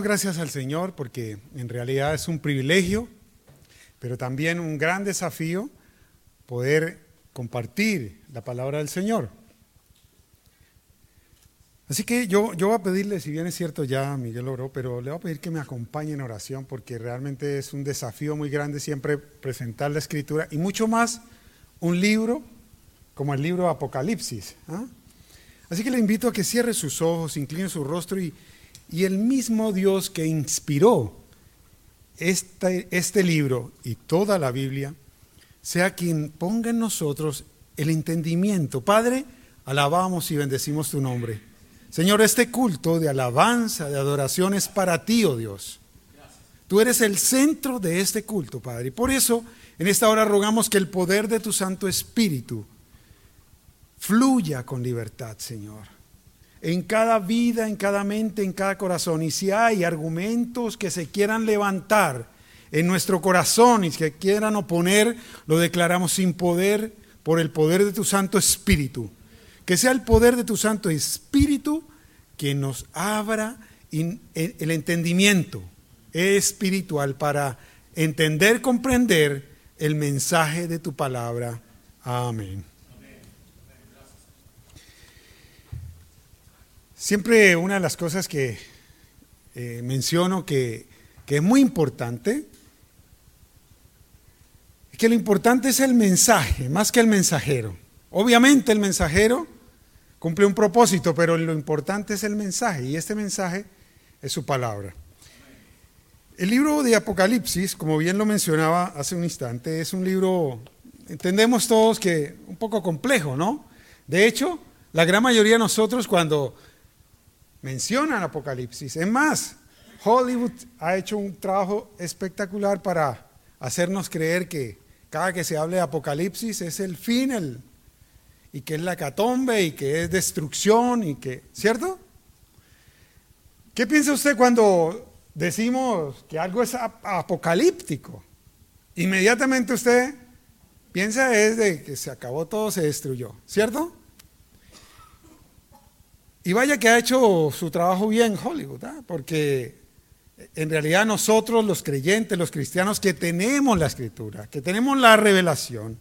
gracias al Señor porque en realidad es un privilegio, pero también un gran desafío poder compartir la palabra del Señor. Así que yo voy a pedirle, si bien es cierto ya Miguel oró, pero le voy a pedir que me acompañe en oración porque realmente es un desafío muy grande siempre presentar la Escritura y mucho más un libro como el libro de Apocalipsis. Así que le invito a que cierre sus ojos, incline su rostro y el mismo Dios que inspiró este libro y toda la Biblia sea quien ponga en nosotros el entendimiento. Padre, alabamos y bendecimos tu nombre. Señor, este culto de alabanza, de adoración es para ti, oh Dios. Tú eres el centro de este culto, Padre. Y por eso, en esta hora rogamos que el poder de tu Santo Espíritu fluya con libertad, Señor. En cada vida, en cada mente, en cada corazón. Y si hay argumentos que se quieran levantar en nuestro corazón y que quieran oponer, lo declaramos sin poder por el poder de tu Santo Espíritu. Que sea el poder de tu Santo Espíritu que nos abra el entendimiento espiritual para entender, comprender el mensaje de tu palabra. Amén. Siempre una de las cosas que menciono que es muy importante, es que lo importante es el mensaje, más que el mensajero. Obviamente el mensajero cumple un propósito, pero lo importante es el mensaje, y este mensaje es su palabra. El libro de Apocalipsis, como bien lo mencionaba hace un instante, es un libro, entendemos todos que un poco complejo, ¿no? De hecho, la gran mayoría de nosotros cuando mencionan Apocalipsis, es más, Hollywood ha hecho un trabajo espectacular para hacernos creer que cada que se hable de Apocalipsis es el fin, y que es la hecatombe y que es destrucción y que, ¿cierto? ¿Qué piensa usted cuando decimos que algo es apocalíptico? Inmediatamente usted piensa es de que se acabó todo, se destruyó, ¿cierto? Y vaya que ha hecho su trabajo bien Hollywood, porque en realidad nosotros los creyentes, los cristianos que tenemos la Escritura, que tenemos la revelación,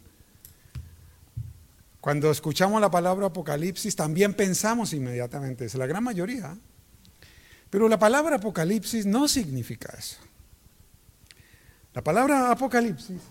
cuando escuchamos la palabra Apocalipsis también pensamos inmediatamente eso, la gran mayoría. Pero la palabra Apocalipsis no significa eso. La palabra Apocalipsis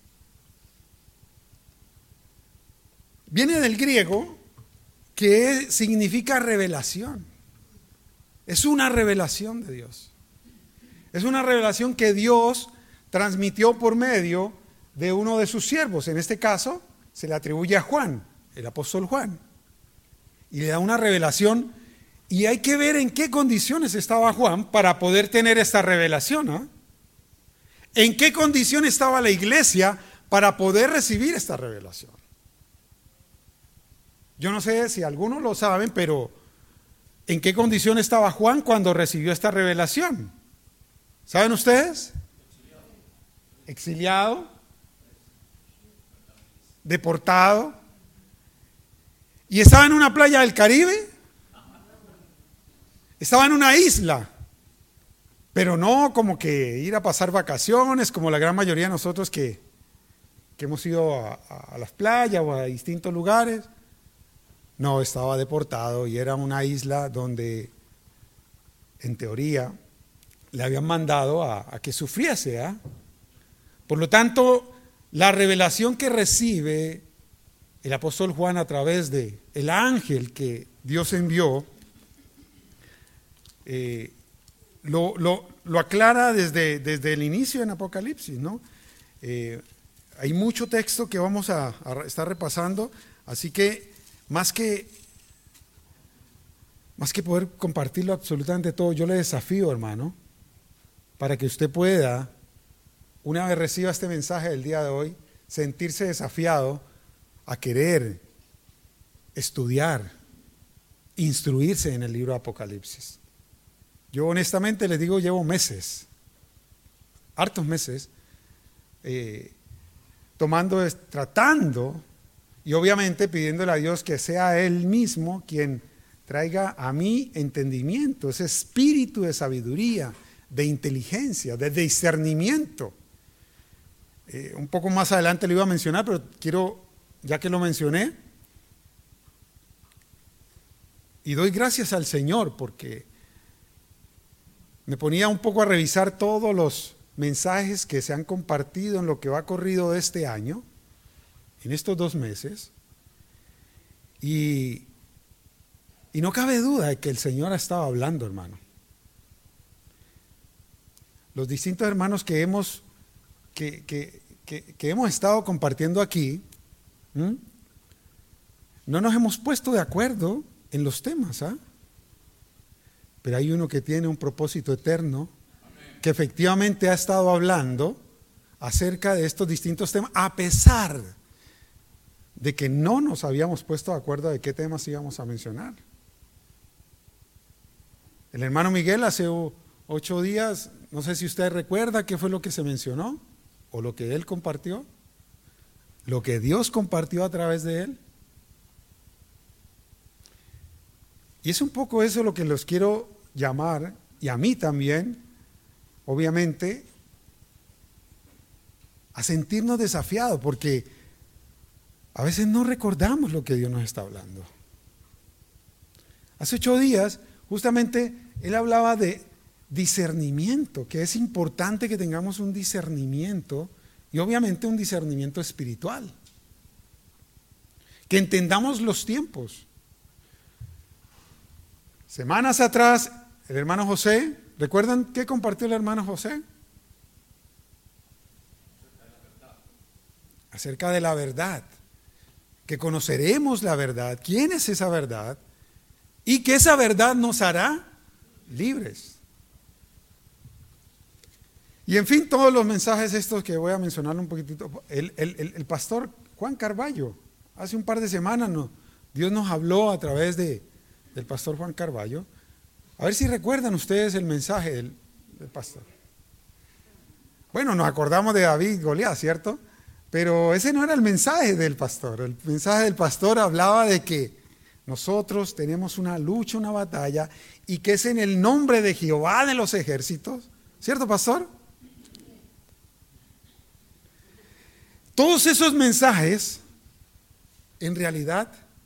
viene del griego que significa revelación. Es una revelación de Dios. Es una revelación que Dios transmitió por medio de uno de sus siervos, en este caso se le atribuye a Juan, el apóstol Juan, y le da una revelación, y hay que ver en qué condiciones estaba Juan para poder tener esta revelación, ¿no? En qué condición estaba la iglesia para poder recibir esta revelación. Yo no sé si algunos lo saben, pero ¿en qué condición estaba Juan cuando recibió esta revelación? ¿Saben ustedes? Exiliado, deportado, y estaba en una playa del Caribe, estaba en una isla, pero no como que ir a pasar vacaciones como la gran mayoría de nosotros que hemos ido a las playas o a distintos lugares. No, estaba deportado y era una isla donde en teoría le habían mandado a que sufriese, Por lo tanto, la revelación que recibe el apóstol Juan a través de el ángel que Dios envió, lo aclara desde el inicio en Apocalipsis, ¿no? Hay mucho texto que vamos a estar repasando, así que más que poder compartirlo absolutamente todo, yo le desafío, hermano, para que usted pueda, una vez reciba este mensaje del día de hoy, sentirse desafiado a querer estudiar, instruirse en el libro de Apocalipsis. Yo honestamente les digo, llevo meses, hartos meses, tratando y obviamente pidiéndole a Dios que sea Él mismo quien traiga a mí entendimiento, ese espíritu de sabiduría, de inteligencia, de discernimiento. Un poco más adelante lo iba a mencionar, pero quiero, ya que lo mencioné, y doy gracias al Señor porque me ponía un poco a revisar todos los mensajes que se han compartido en lo que va corrido de este año, en estos 2 meses, y no cabe duda de que el Señor ha estado hablando, hermano. Los distintos hermanos que hemos estado compartiendo aquí, no nos hemos puesto de acuerdo en los temas, pero hay uno que tiene un propósito eterno, que efectivamente ha estado hablando acerca de estos distintos temas, a pesar de que no nos habíamos puesto de acuerdo de qué temas íbamos a mencionar. El hermano Miguel hace 8 días, no sé si usted recuerda qué fue lo que se mencionó, o lo que él compartió, lo que Dios compartió a través de él. Y es un poco eso lo que los quiero llamar, y a mí también, obviamente, a sentirnos desafiados, porque a veces no recordamos lo que Dios nos está hablando. Hace 8 días, justamente, él hablaba de discernimiento, que es importante que tengamos un discernimiento, y obviamente un discernimiento espiritual. Que entendamos los tiempos. Semanas atrás, el hermano José, ¿recuerdan qué compartió el hermano José? Acerca de la verdad, que conoceremos la verdad, quién es esa verdad, y que esa verdad nos hará libres. Y en fin, todos los mensajes estos que voy a mencionar un poquitito, el pastor Juan Carballo, hace un par de semanas Dios nos habló a través del pastor Juan Carballo. A ver si recuerdan ustedes el mensaje del pastor. Bueno, nos acordamos de David y Goliat, ¿cierto? Pero ese no era el mensaje del pastor. El mensaje del pastor hablaba de que nosotros tenemos una lucha, una batalla, y que es en el nombre de Jehová de los ejércitos, ¿cierto, pastor? Todos esos mensajes, en realidad,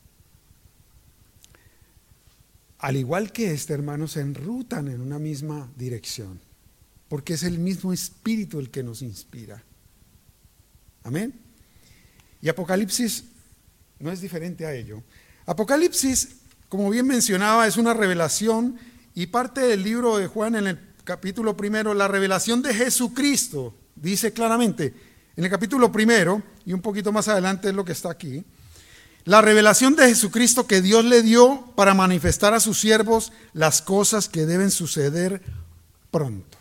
al igual que este, hermano, se enrutan en una misma dirección, porque es el mismo Espíritu el que nos inspira. Amén. Y Apocalipsis no es diferente a ello. Apocalipsis, como bien mencionaba, es una revelación, y parte del libro de Juan en el capítulo 1, la revelación de Jesucristo, dice claramente, en el capítulo 1, y un poquito más adelante es lo que está aquí, la revelación de Jesucristo que Dios le dio para manifestar a sus siervos las cosas que deben suceder pronto.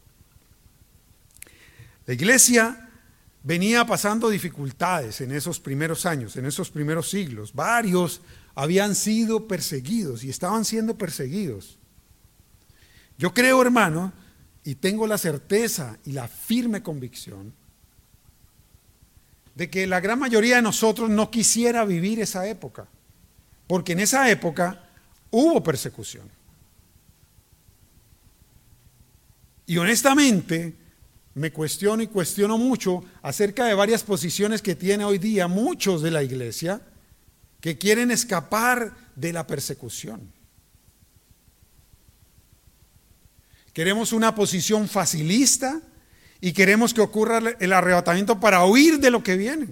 La iglesia venía pasando dificultades en esos primeros años, en esos primeros siglos. Varios habían sido perseguidos y estaban siendo perseguidos. Yo creo, hermano, y tengo la certeza y la firme convicción de que la gran mayoría de nosotros no quisiera vivir esa época, porque en esa época hubo persecución. Y honestamente me cuestiono y cuestiono mucho acerca de varias posiciones que tiene hoy día muchos de la iglesia que quieren escapar de la persecución. Queremos una posición facilista y queremos que ocurra el arrebatamiento para huir de lo que viene.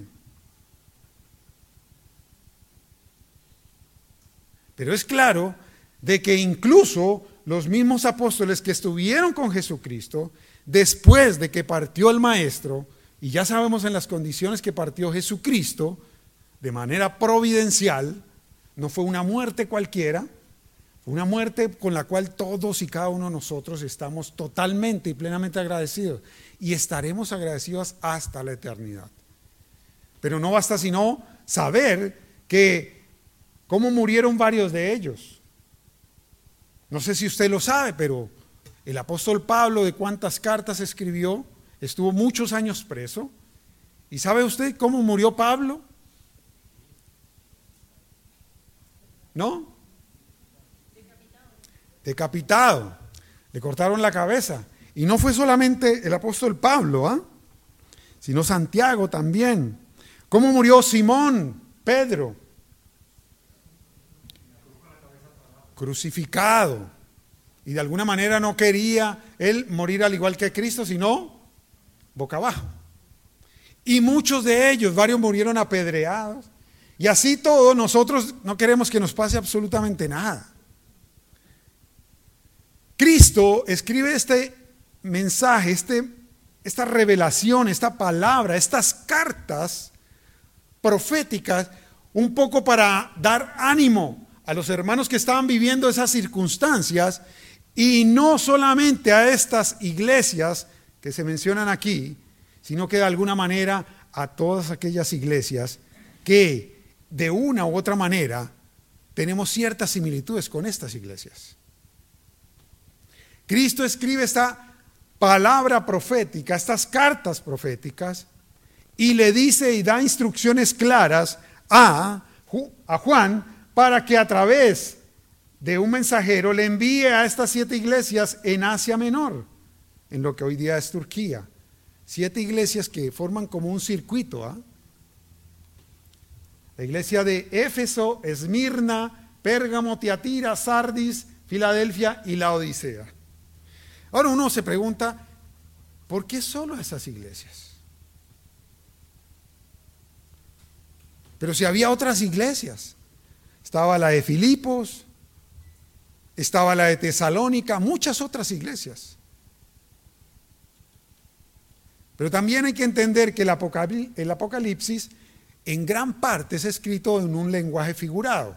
Pero es claro de que incluso los mismos apóstoles que estuvieron con Jesucristo, después de que partió el Maestro, y ya sabemos en las condiciones que partió Jesucristo, de manera providencial, no fue una muerte cualquiera, fue una muerte con la cual todos y cada uno de nosotros estamos totalmente y plenamente agradecidos, y estaremos agradecidos hasta la eternidad. Pero no basta sino saber que cómo murieron varios de ellos. No sé si usted lo sabe, pero el apóstol Pablo, de cuántas cartas escribió, estuvo muchos años preso. ¿Y sabe usted cómo murió Pablo? ¿No? Decapitado. Le cortaron la cabeza. Y no fue solamente el apóstol Pablo, sino Santiago también. ¿Cómo murió Simón, Pedro? Crucificado. Y de alguna manera no quería él morir al igual que Cristo, sino boca abajo. Y muchos de ellos, varios murieron apedreados. Y así todo, nosotros no queremos que nos pase absolutamente nada. Cristo escribe este mensaje, esta revelación, esta palabra, estas cartas proféticas, un poco para dar ánimo a los hermanos que estaban viviendo esas circunstancias, y no solamente a estas iglesias que se mencionan aquí, sino que de alguna manera a todas aquellas iglesias que de una u otra manera tenemos ciertas similitudes con estas iglesias. Cristo escribe esta palabra profética, estas cartas proféticas, y le dice y da instrucciones claras a Juan para que a través de un mensajero le envíe a estas 7 iglesias en Asia Menor, en lo que hoy día es Turquía. 7 iglesias que forman como un circuito. La iglesia de Éfeso, Esmirna, Pérgamo, Tiatira, Sardis, Filadelfia y Laodicea. Ahora uno se pregunta, ¿por qué solo esas iglesias? Pero si había otras iglesias, estaba la de Filipos, estaba la de Tesalónica, muchas otras iglesias. Pero también hay que entender que el Apocalipsis en gran parte es escrito en un lenguaje figurado.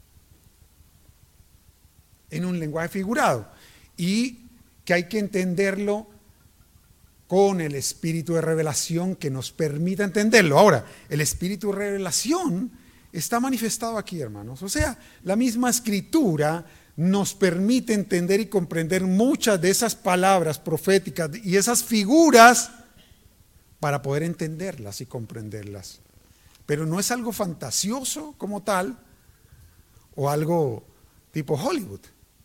En un lenguaje figurado. Y que hay que entenderlo con el espíritu de revelación que nos permita entenderlo. Ahora, el espíritu de revelación está manifestado aquí, hermanos. O sea, la misma escritura nos permite entender y comprender muchas de esas palabras proféticas y esas figuras para poder entenderlas y comprenderlas. Pero no es algo fantasioso como tal o algo tipo Hollywood.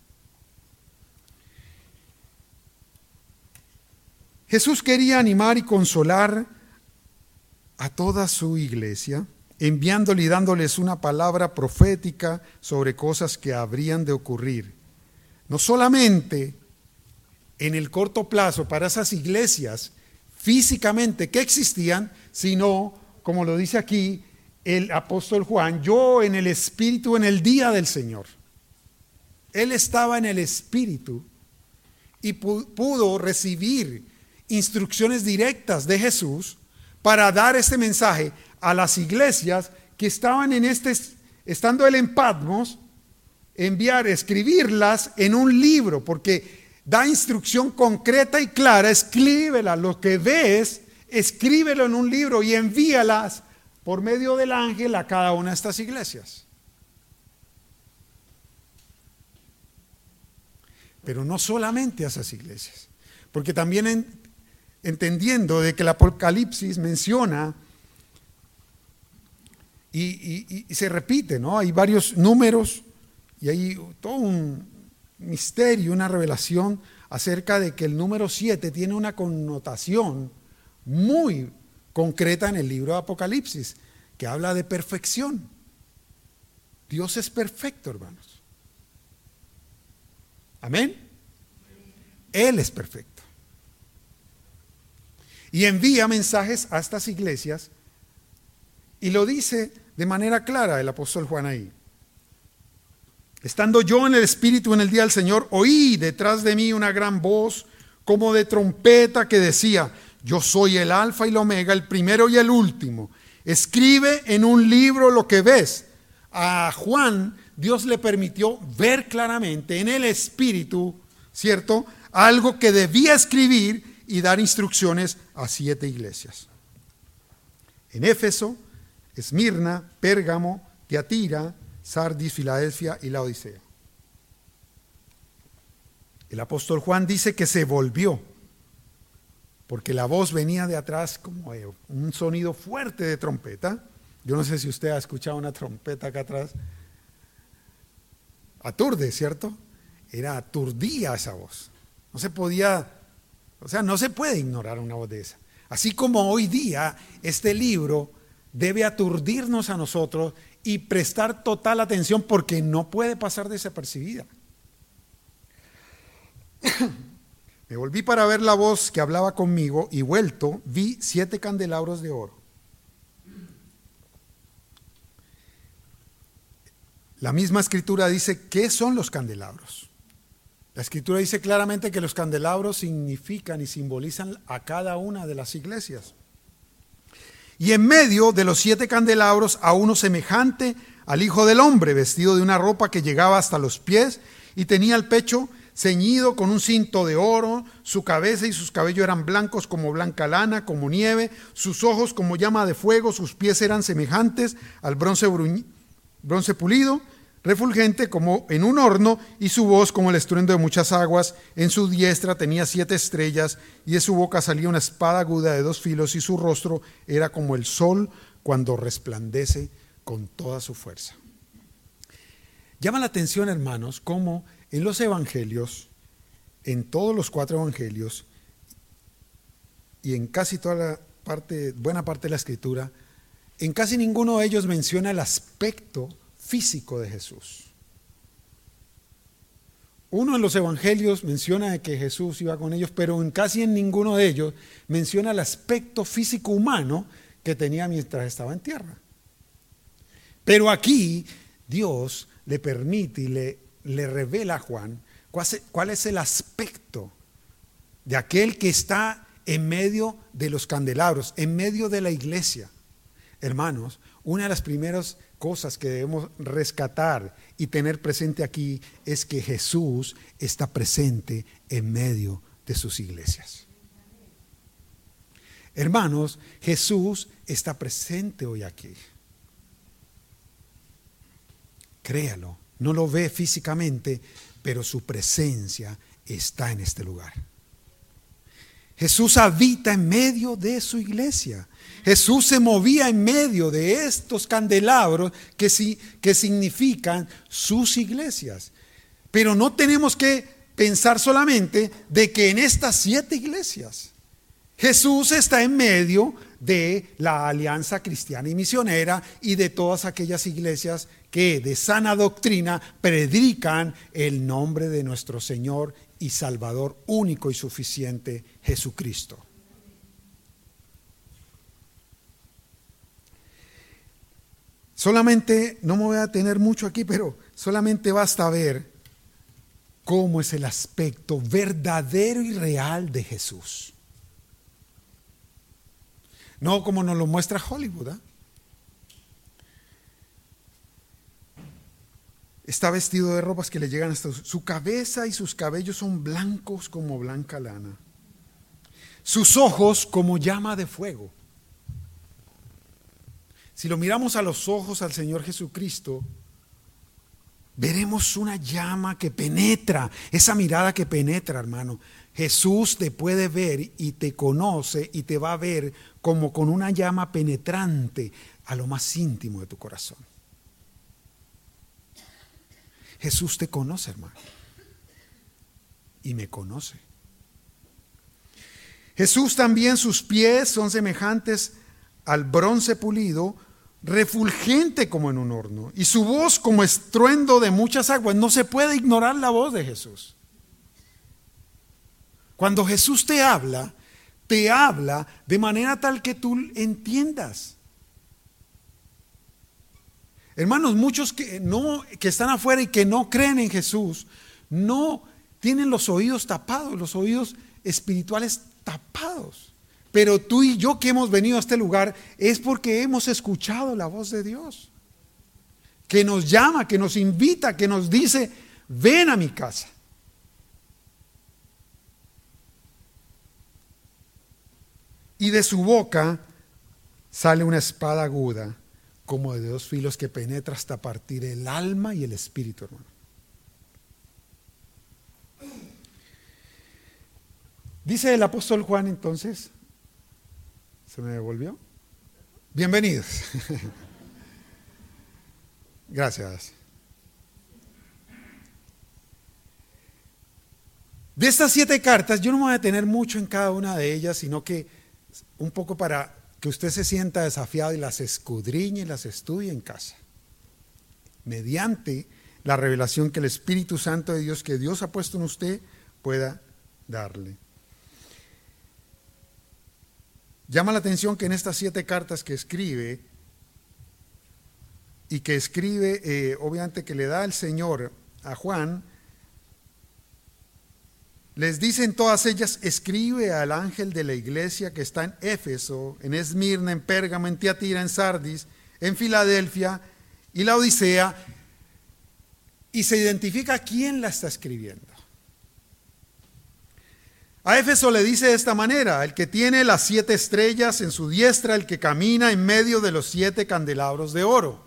Jesús quería animar y consolar a toda su iglesia, enviándole y dándoles una palabra profética sobre cosas que habrían de ocurrir. No solamente en el corto plazo para esas iglesias físicamente que existían, sino, como lo dice aquí el apóstol Juan, yo en el Espíritu en el día del Señor. Él estaba en el Espíritu y pudo recibir instrucciones directas de Jesús para dar este mensaje a las iglesias que estaban estando él en Patmos, escribirlas en un libro, porque da instrucción concreta y clara: escríbela, lo que ves, escríbelo en un libro y envíalas por medio del ángel a cada una de estas iglesias. Pero no solamente a esas iglesias, porque también entendiendo de que el Apocalipsis menciona y se repite, ¿no? Hay varios números y hay todo un misterio, una revelación acerca de que el número 7 tiene una connotación muy concreta en el libro de Apocalipsis, que habla de perfección. Dios es perfecto, hermanos. Amén. Él es perfecto. Y envía mensajes a estas iglesias y lo dice de manera clara el apóstol Juan ahí. Estando yo en el Espíritu en el día del Señor, oí detrás de mí una gran voz como de trompeta que decía: yo soy el Alfa y el Omega, el primero y el último. Escribe en un libro lo que ves. A Juan Dios le permitió ver claramente en el Espíritu, ¿cierto?, algo que debía escribir y dar instrucciones a 7 iglesias. En Éfeso, Esmirna, Pérgamo, Tiatira, Sardis, Filadelfia y Laodicea. El apóstol Juan dice que se volvió, porque la voz venía de atrás como un sonido fuerte de trompeta. Yo no sé si usted ha escuchado una trompeta acá atrás. Aturde, ¿cierto? Aturdía esa voz. No se podía O sea, no se puede ignorar una voz de esa. Así como hoy día este libro debe aturdirnos a nosotros y prestar total atención porque no puede pasar desapercibida. Me volví para ver la voz que hablaba conmigo y vuelto vi 7 candelabros de oro. La misma escritura dice, ¿qué son los candelabros? La escritura dice claramente que los candelabros significan y simbolizan a cada una de las iglesias. Y en medio de los 7 candelabros a uno semejante al Hijo del Hombre, vestido de una ropa que llegaba hasta los pies y tenía el pecho ceñido con un cinto de oro, su cabeza y sus cabellos eran blancos como blanca lana, como nieve, sus ojos como llama de fuego, sus pies eran semejantes al bronce pulido, refulgente como en un horno, y su voz como el estruendo de muchas aguas. En su diestra tenía 7 estrellas, y de su boca salía una espada aguda de 2 filos, y su rostro era como el sol cuando resplandece con toda su fuerza. Llama la atención, hermanos, cómo en los evangelios, en todos los 4 evangelios, y en casi toda buena parte de la escritura, en casi ninguno de ellos menciona el aspecto físico de Jesús. Uno en los evangelios menciona que Jesús iba con ellos, pero casi en ninguno de ellos menciona el aspecto físico humano que tenía mientras estaba en tierra. Pero aquí Dios le permite y le revela a Juan cuál es el aspecto de aquel que está en medio de los candelabros, en medio de la iglesia. Hermanos, una de las primeras cosas que debemos rescatar y tener presente aquí es que Jesús está presente en medio de sus iglesias. Hermanos, Jesús está presente hoy aquí. Créalo, no lo ve físicamente, pero su presencia está en este lugar. Jesús habita en medio de su iglesia. Jesús se movía en medio de estos candelabros que significan sus iglesias. Pero no tenemos que pensar solamente de que en estas 7 iglesias Jesús está en medio de la alianza cristiana y misionera y de todas aquellas iglesias que de sana doctrina predican el nombre de nuestro Señor y Salvador único y suficiente, Jesucristo. Solamente, no me voy a detener mucho aquí, pero solamente basta ver cómo es el aspecto verdadero y real de Jesús. No como nos lo muestra Hollywood, ¿eh? Está vestido de ropas que le llegan hasta su cabeza, y sus cabellos son blancos como blanca lana. Sus ojos como llama de fuego. Si lo miramos a los ojos al Señor Jesucristo, veremos una llama que penetra, esa mirada que penetra, hermano. Jesús te puede ver y te conoce y te va a ver como con una llama penetrante a lo más íntimo de tu corazón. Jesús te conoce, hermano, y me conoce. Jesús también, sus pies son semejantes al bronce pulido, refulgente como en un horno, y su voz como estruendo de muchas aguas. No se puede ignorar la voz de Jesús. Cuando Jesús te habla de manera tal que tú entiendas. Hermanos, muchos que están afuera y que no creen en Jesús, no tienen los oídos tapados, los oídos espirituales tapados. Pero tú y yo que hemos venido a este lugar es porque hemos escuchado la voz de Dios, que nos llama, que nos invita, que nos dice, ven a mi casa. Y de su boca sale una espada aguda, como de 2 filos, que penetra hasta partir el alma y el espíritu, hermano. Dice el apóstol Juan entonces, ¿se me devolvió? Bienvenidos. Gracias. De estas 7 cartas, yo no me voy a detener mucho en cada una de ellas, sino que un poco para que usted se sienta desafiado y las escudriñe y las estudie en casa, mediante la revelación que el Espíritu Santo de Dios, que Dios ha puesto en usted, pueda darle. Llama la atención que en estas 7 cartas que escribe, obviamente que le da el Señor a Juan, les dice en todas ellas: escribe al ángel de la iglesia que está en Éfeso, en Esmirna, en Pérgamo, en Tiatira, en Sardis, en Filadelfia y la Odisea, y se identifica a quién la está escribiendo. A Éfeso le dice de esta manera: el que tiene las 7 estrellas en su diestra, el que camina en medio de los 7 candelabros de oro.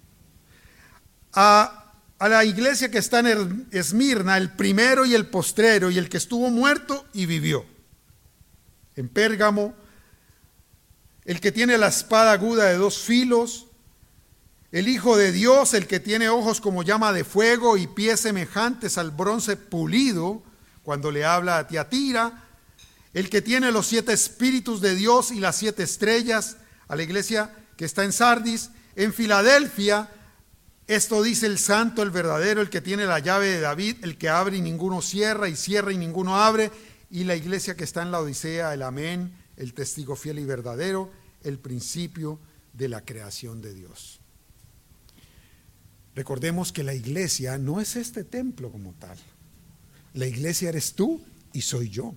A la iglesia que está en Esmirna, el primero y el postrero, y el que estuvo muerto y vivió. En Pérgamo, el que tiene la espada aguda de 2 filos, el Hijo de Dios, el que tiene ojos como llama de fuego y pies semejantes al bronce pulido, cuando le habla a Tiatira, el que tiene los 7 espíritus de Dios y las 7 estrellas, a la iglesia que está en Sardis. En Filadelfia, esto dice el santo, el verdadero, el que tiene la llave de David, el que abre y ninguno cierra, y cierra y ninguno abre. Y la iglesia que está en la Odisea, el amén, el testigo fiel y verdadero, el principio de la creación de Dios. Recordemos que la iglesia no es este templo como tal. La iglesia eres tú y soy yo.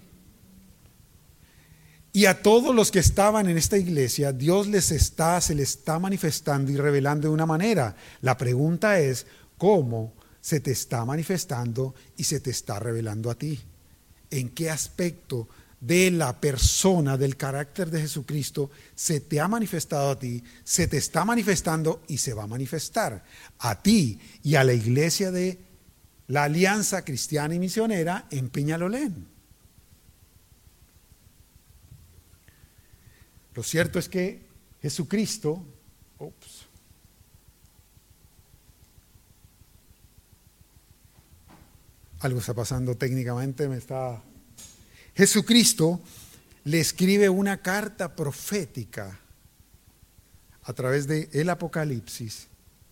Y a todos los que estaban en esta iglesia, Dios se le está manifestando y revelando de una manera. La pregunta es: ¿cómo se te está manifestando y se te está revelando a ti? ¿En qué aspecto de la persona, del carácter de Jesucristo se te ha manifestado a ti, se te está manifestando y se va a manifestar a ti y a la iglesia de la Alianza Cristiana y Misionera en Peñalolén? Lo cierto es que Jesucristo, algo está pasando técnicamente, Jesucristo le escribe una carta profética a través del Apocalipsis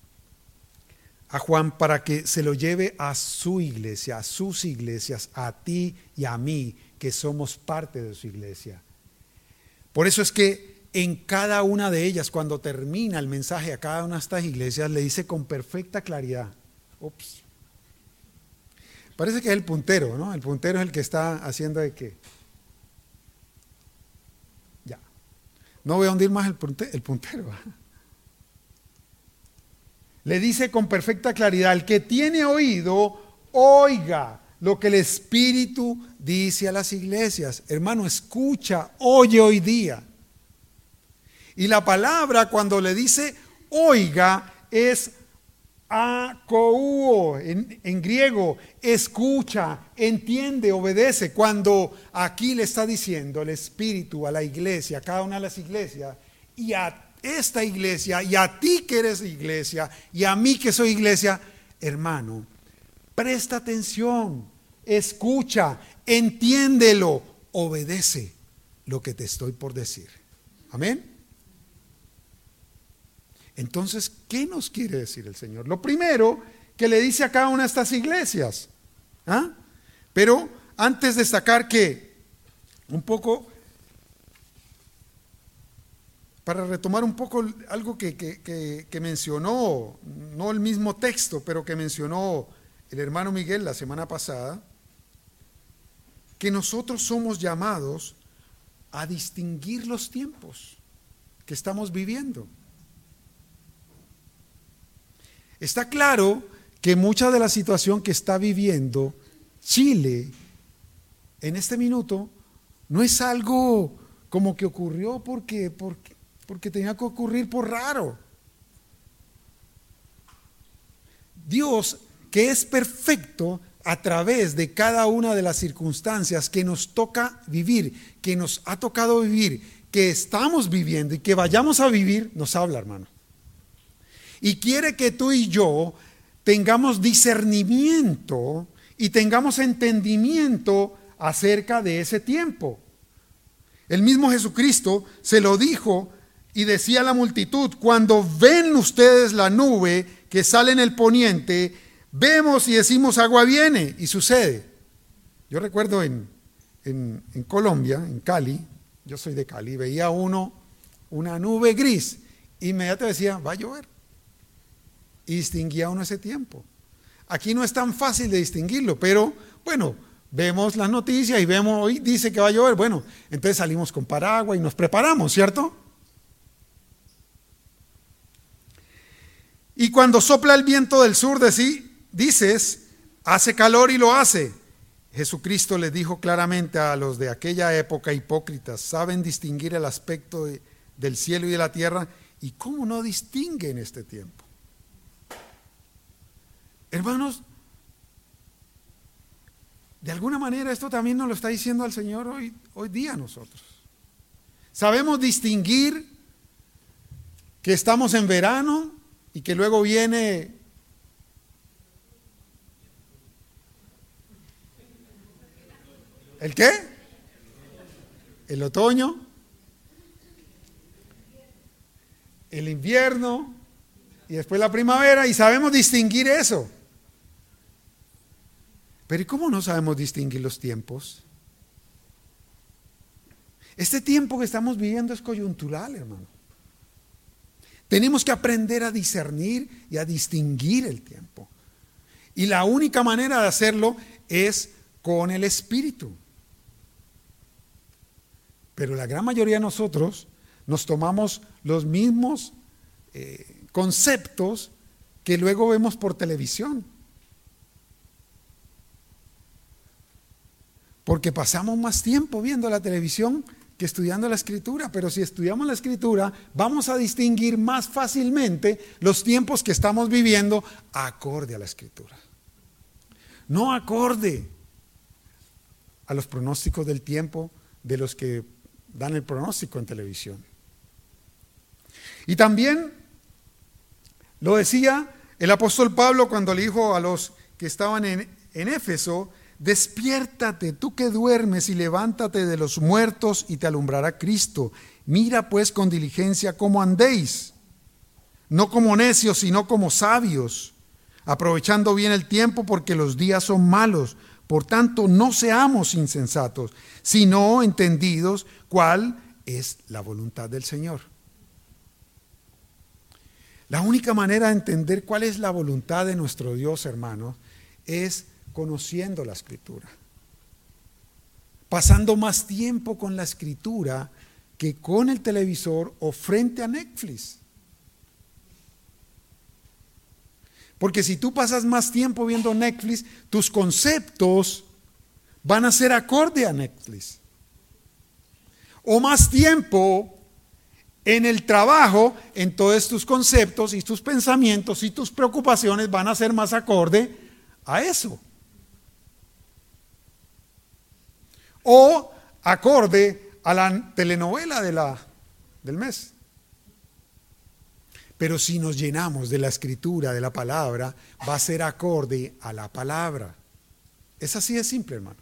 a Juan para que se lo lleve a su iglesia, a sus iglesias, a ti y a mí, que somos parte de su iglesia. Por eso es que en cada una de ellas, cuando termina el mensaje a cada una de estas iglesias, le dice con perfecta claridad. Parece que es el puntero, ¿no? El puntero es el que está haciendo de qué. Ya. No voy a hundir más el puntero. Le dice con perfecta claridad: el que tiene oído, oiga lo que el Espíritu dice a las iglesias. Hermano, escucha, oye hoy día. Y la palabra, cuando le dice oiga, es akouo en griego: escucha, entiende, obedece. Cuando aquí le está diciendo el Espíritu a la iglesia, a cada una de las iglesias, y a esta iglesia, y a ti que eres iglesia, y a mí que soy iglesia, hermano, presta atención, escucha, entiéndelo, obedece lo que te estoy por decir. Amén. Entonces, ¿qué nos quiere decir el Señor? Lo primero que le dice a cada una de estas iglesias. Pero antes destacar que un poco, para retomar un poco algo que mencionó, no el mismo texto, pero que mencionó el hermano Miguel la semana pasada, que nosotros somos llamados a distinguir los tiempos que estamos viviendo. Está claro que mucha de la situación que está viviendo Chile en este minuto no es algo como que ocurrió porque tenía que ocurrir por raro. Dios, que es perfecto, a través de cada una de las circunstancias que nos toca vivir, que nos ha tocado vivir, que estamos viviendo y que vayamos a vivir, nos habla, hermano. Y quiere que tú y yo tengamos discernimiento y tengamos entendimiento acerca de ese tiempo. El mismo Jesucristo se lo dijo y decía a la multitud: cuando ven ustedes la nube que sale en el poniente, vemos y decimos agua viene, y sucede. Yo recuerdo en Colombia, en Cali, yo soy de Cali, veía una nube gris, inmediatamente decía va a llover, y distinguía uno ese tiempo. Aquí no es tan fácil de distinguirlo, pero bueno, vemos las noticias y vemos, hoy dice que va a llover, bueno, entonces salimos con paraguas y nos preparamos, ¿cierto? Y cuando sopla el viento del sur, dices, hace calor y lo hace. Jesucristo les dijo claramente a los de aquella época: hipócritas, saben distinguir el aspecto del cielo y de la tierra, ¿y cómo no distinguen este tiempo? Hermanos, de alguna manera esto también nos lo está diciendo el Señor hoy día a nosotros. Sabemos distinguir que estamos en verano y que luego viene ¿el qué? El otoño, el invierno y después la primavera, y sabemos distinguir eso. Pero ¿y cómo no sabemos distinguir los tiempos? Este tiempo que estamos viviendo es coyuntural, hermano. Tenemos que aprender a discernir y a distinguir el tiempo. Y la única manera de hacerlo es con el Espíritu. Pero la gran mayoría de nosotros nos tomamos los mismos conceptos que luego vemos por televisión. Porque pasamos más tiempo viendo la televisión que estudiando la Escritura. Pero si estudiamos la Escritura, vamos a distinguir más fácilmente los tiempos que estamos viviendo acorde a la Escritura. No acorde a los pronósticos del tiempo de los que dan el pronóstico en televisión. Y también lo decía el apóstol Pablo cuando le dijo a los que estaban en Éfeso: despiértate tú que duermes y levántate de los muertos y te alumbrará Cristo. Mira pues con diligencia cómo andéis, no como necios sino como sabios, aprovechando bien el tiempo porque los días son malos. Por tanto, no seamos insensatos, sino entendidos cuál es la voluntad del Señor. La única manera de entender cuál es la voluntad de nuestro Dios, hermanos, es conociendo la Escritura, pasando más tiempo con la Escritura que con el televisor o frente a Netflix. Porque si tú pasas más tiempo viendo Netflix, tus conceptos van a ser acorde a Netflix. O más tiempo en el trabajo, entonces tus conceptos y tus pensamientos y tus preocupaciones van a ser más acorde a eso. O acorde a la telenovela del mes. Pero si nos llenamos de la Escritura, de la palabra, va a ser acorde a la palabra. Es así de simple, hermano.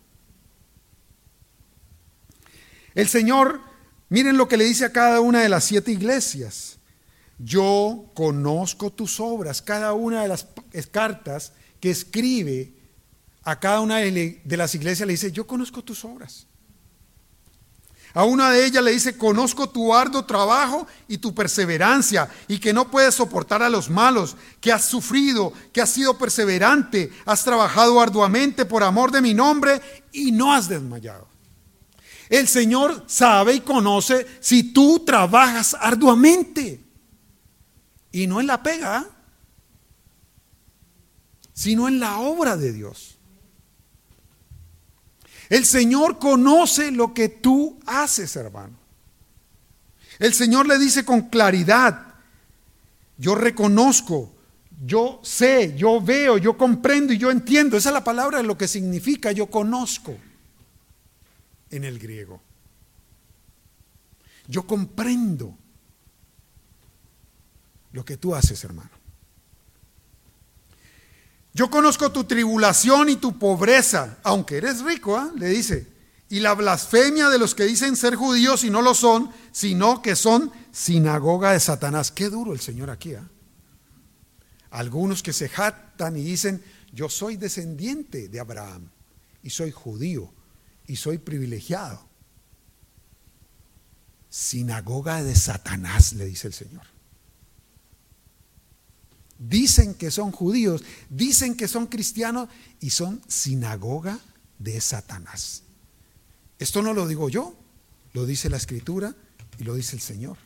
El Señor, miren lo que le dice a cada una de las 7 iglesias: yo conozco tus obras. Cada una de las cartas que escribe a cada una de las iglesias le dice: yo conozco tus obras. A una de ellas le dice: conozco tu arduo trabajo y tu perseverancia, y que no puedes soportar a los malos, que has sufrido, que has sido perseverante, has trabajado arduamente por amor de mi nombre y no has desmayado. El Señor sabe y conoce si tú trabajas arduamente, y no en la pega, sino en la obra de Dios. El Señor conoce lo que tú haces, hermano. El Señor le dice con claridad: yo reconozco, yo sé, yo veo, yo comprendo y yo entiendo. Esa es la palabra de lo que significa yo conozco en el griego. Yo comprendo lo que tú haces, hermano. Yo conozco tu tribulación y tu pobreza, aunque eres rico, le dice, y la blasfemia de los que dicen ser judíos y no lo son, sino que son sinagoga de Satanás. Qué duro el Señor aquí. Algunos que se jactan y dicen, yo soy descendiente de Abraham y soy judío y soy privilegiado. Sinagoga de Satanás, le dice el Señor. Dicen que son judíos, dicen que son cristianos y son sinagoga de Satanás. Esto no lo digo yo, lo dice la Escritura y lo dice el Señor.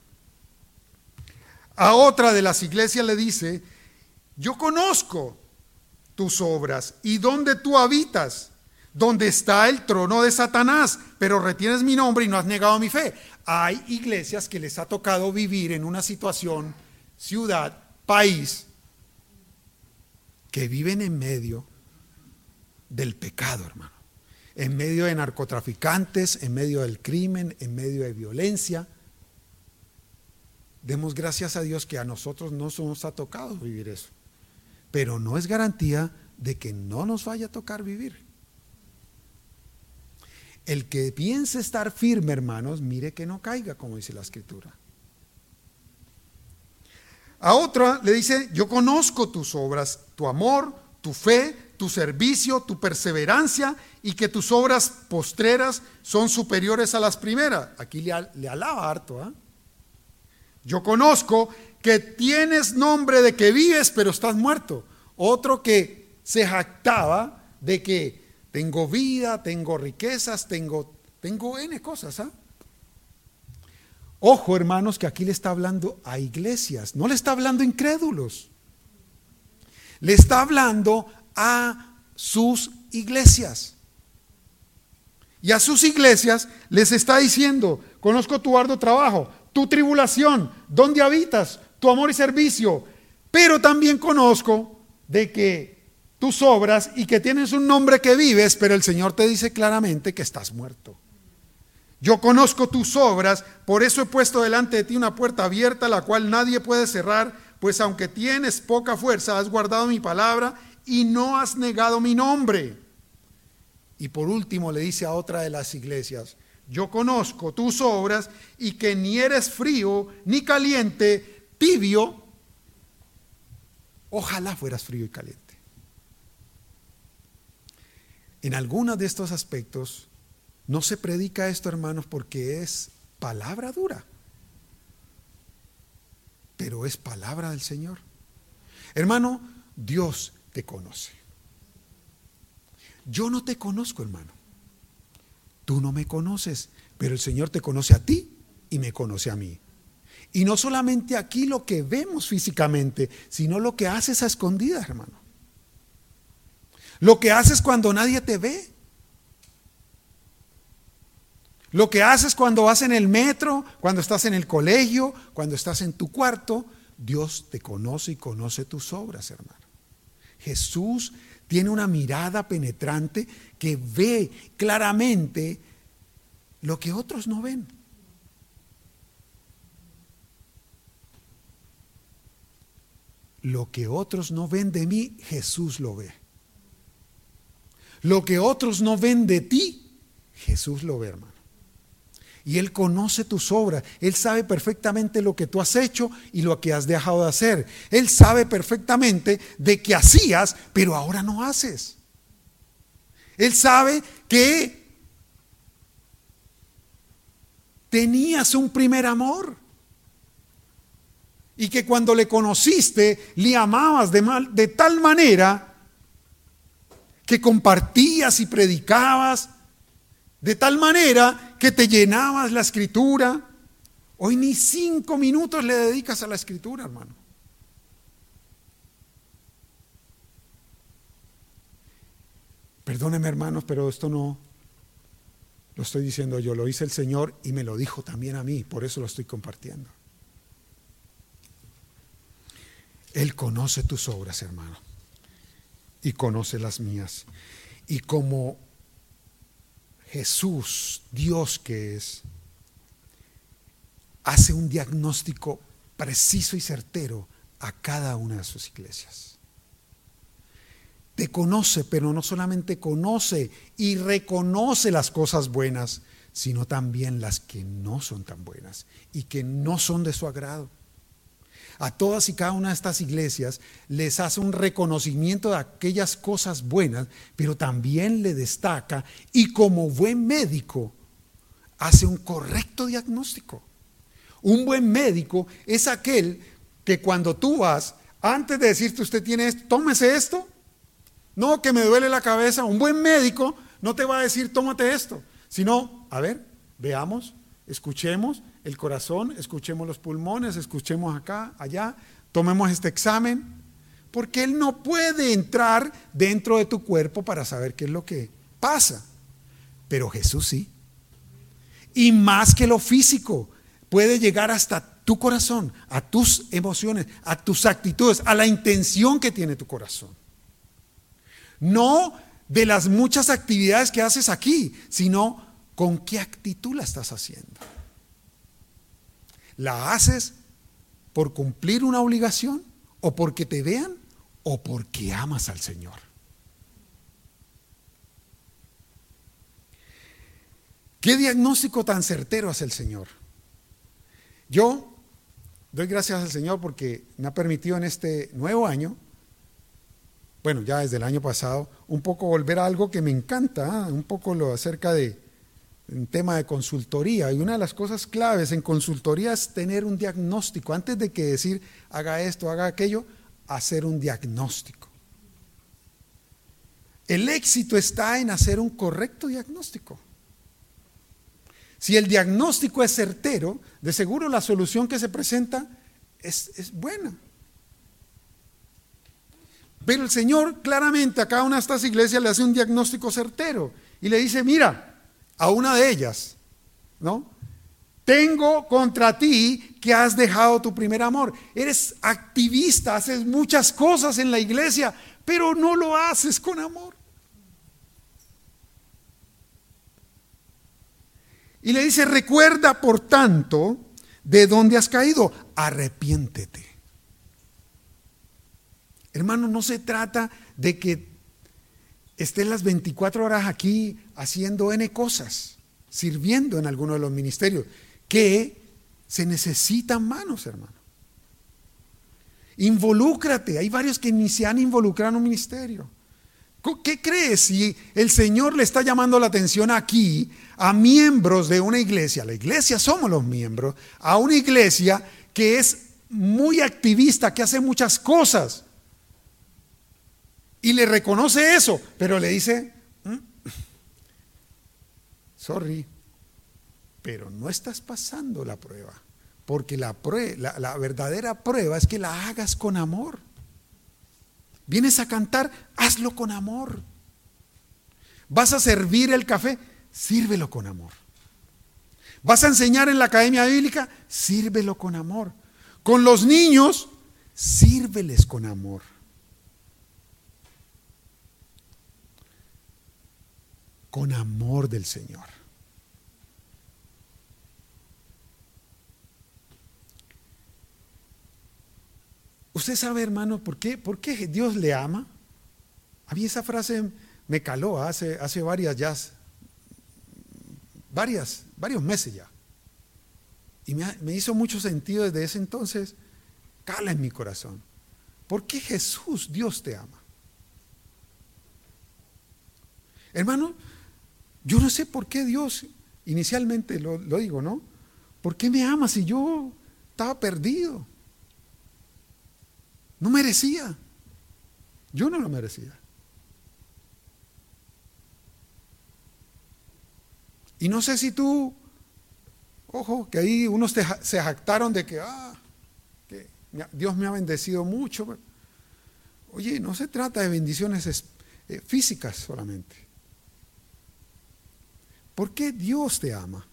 A otra de las iglesias le dice, yo conozco tus obras y dónde tú habitas, donde está el trono de Satanás, pero retienes mi nombre y no has negado mi fe. Hay iglesias que les ha tocado vivir en una situación, ciudad, país, que viven en medio del pecado, hermano, en medio de narcotraficantes, en medio del crimen, en medio de violencia. Demos gracias a Dios que a nosotros no nos ha tocado vivir eso, pero no es garantía de que no nos vaya a tocar vivir. El que piense estar firme, hermanos, mire que no caiga, como dice la Escritura. A otra le dice, yo conozco tus obras, tu amor, tu fe, tu servicio, tu perseverancia, y que tus obras postreras son superiores a las primeras. Aquí le alaba harto. Yo conozco que tienes nombre de que vives, pero estás muerto. Otro que se jactaba de que tengo vida, tengo riquezas, tengo N cosas. Ojo, hermanos, que aquí le está hablando a iglesias, no le está hablando a incrédulos. Le está hablando a sus iglesias. Y a sus iglesias les está diciendo, conozco tu arduo trabajo, tu tribulación, dónde habitas, tu amor y servicio, pero también conozco de que tus obras y que tienes un nombre que vives, pero el Señor te dice claramente que estás muerto. Yo conozco tus obras, por eso he puesto delante de ti una puerta abierta, la cual nadie puede cerrar, pues aunque tienes poca fuerza, has guardado mi palabra y no has negado mi nombre. Y por último le dice a otra de las iglesias, yo conozco tus obras y que ni eres frío ni caliente, tibio. Ojalá fueras frío y caliente. En algunos de estos aspectos no se predica esto, hermanos, porque es palabra dura, pero es palabra del Señor. Hermano, Dios te conoce. Yo no te conozco, hermano. Tú no me conoces, pero el Señor te conoce a ti y me conoce a mí. Y no solamente aquí lo que vemos físicamente, sino lo que haces a escondidas, hermano. Lo que haces cuando nadie te ve. Lo que haces cuando vas en el metro, cuando estás en el colegio, cuando estás en tu cuarto, Dios te conoce y conoce tus obras, hermano. Jesús tiene una mirada penetrante que ve claramente lo que otros no ven. Lo que otros no ven de mí, Jesús lo ve. Lo que otros no ven de ti, Jesús lo ve, hermano. Y Él conoce tus obras. Él sabe perfectamente lo que tú has hecho y lo que has dejado de hacer. Él sabe perfectamente de que hacías, pero ahora no haces. Él sabe que tenías un primer amor y que cuando le conociste, le amabas de tal manera que compartías y predicabas, de tal manera que te llenabas la Escritura. Hoy ni 5 minutos le dedicas a la Escritura, hermano. Perdóneme, hermanos, pero esto no lo estoy diciendo yo, lo dice el Señor y me lo dijo también a mí, por eso lo estoy compartiendo. Él conoce tus obras, hermano, y conoce las mías. Y como Jesús, Dios que es, hace un diagnóstico preciso y certero a cada una de sus iglesias. te conoce, pero no solamente conoce y reconoce las cosas buenas, sino también las que no son tan buenas y que no son de su agrado. A todas y cada una de estas iglesias les hace un reconocimiento de aquellas cosas buenas, pero también le destaca y como buen médico hace un correcto diagnóstico. Un buen médico es aquel que cuando tú vas, antes de decirte usted tiene esto, tómese esto, no que me duele la cabeza, un buen médico no te va a decir tómate esto, sino, a ver, veamos, escuchemos el corazón, escuchemos los pulmones, escuchemos acá, allá, tomemos este examen, porque él no puede entrar dentro de tu cuerpo para saber qué es lo que pasa, pero Jesús sí. Y más que lo físico, puede llegar hasta tu corazón, a tus emociones, a tus actitudes, a la intención que tiene tu corazón. No de las muchas actividades que haces aquí, sino con qué actitud la estás haciendo. ¿La haces por cumplir una obligación o porque te vean o porque amas al Señor? ¿Qué diagnóstico tan certero hace el Señor? Yo doy gracias al Señor porque me ha permitido en este nuevo año, bueno, ya desde el año pasado, un poco volver a algo que me encanta, un poco lo acerca de un tema de consultoría. Y una de las cosas claves en consultoría es tener un diagnóstico. Antes de que decir haga esto, haga aquello, hacer un diagnóstico. El éxito está en hacer un correcto diagnóstico. Si el diagnóstico es certero, de seguro la solución que se presenta es buena. Pero el Señor claramente a cada una de estas iglesias le hace un diagnóstico certero y le dice, mira, a una de ellas, ¿no? Tengo contra ti que has dejado tu primer amor. Eres activista, haces muchas cosas en la iglesia, pero no lo haces con amor. Y le dice, recuerda por tanto de dónde has caído, arrepiéntete. Hermano, no se trata de que estés las 24 horas aquí haciendo N cosas, sirviendo en alguno de los ministerios, que se necesitan manos, hermano. Involúcrate, hay varios que ni se han involucrado en un ministerio. ¿Qué crees si el Señor le está llamando la atención aquí a miembros de una iglesia? La iglesia somos los miembros, a una iglesia que es muy activista, que hace muchas cosas. Y le reconoce eso, pero le dice, sorry, pero no estás pasando la prueba, porque la verdadera prueba es que la hagas con amor. Vienes a cantar, hazlo con amor. Vas a servir el café, sírvelo con amor. Vas a enseñar en la academia bíblica, sírvelo con amor. Con los niños, sírveles con amor. Con amor del Señor. Usted sabe, hermano, ¿por qué Dios le ama? A mí esa frase me caló hace varios meses ya. Y me hizo mucho sentido desde ese entonces, cala en mi corazón. ¿Por qué Jesús, Dios te ama? Hermano, yo no sé por qué Dios, inicialmente lo digo, ¿no? ¿Por qué me ama si yo estaba perdido? No merecía. Yo no lo merecía. Y no sé si tú, ojo, que ahí unos se jactaron de que Dios me ha bendecido mucho. Oye, no se trata de bendiciones físicas solamente. ¿Por qué Dios te ama?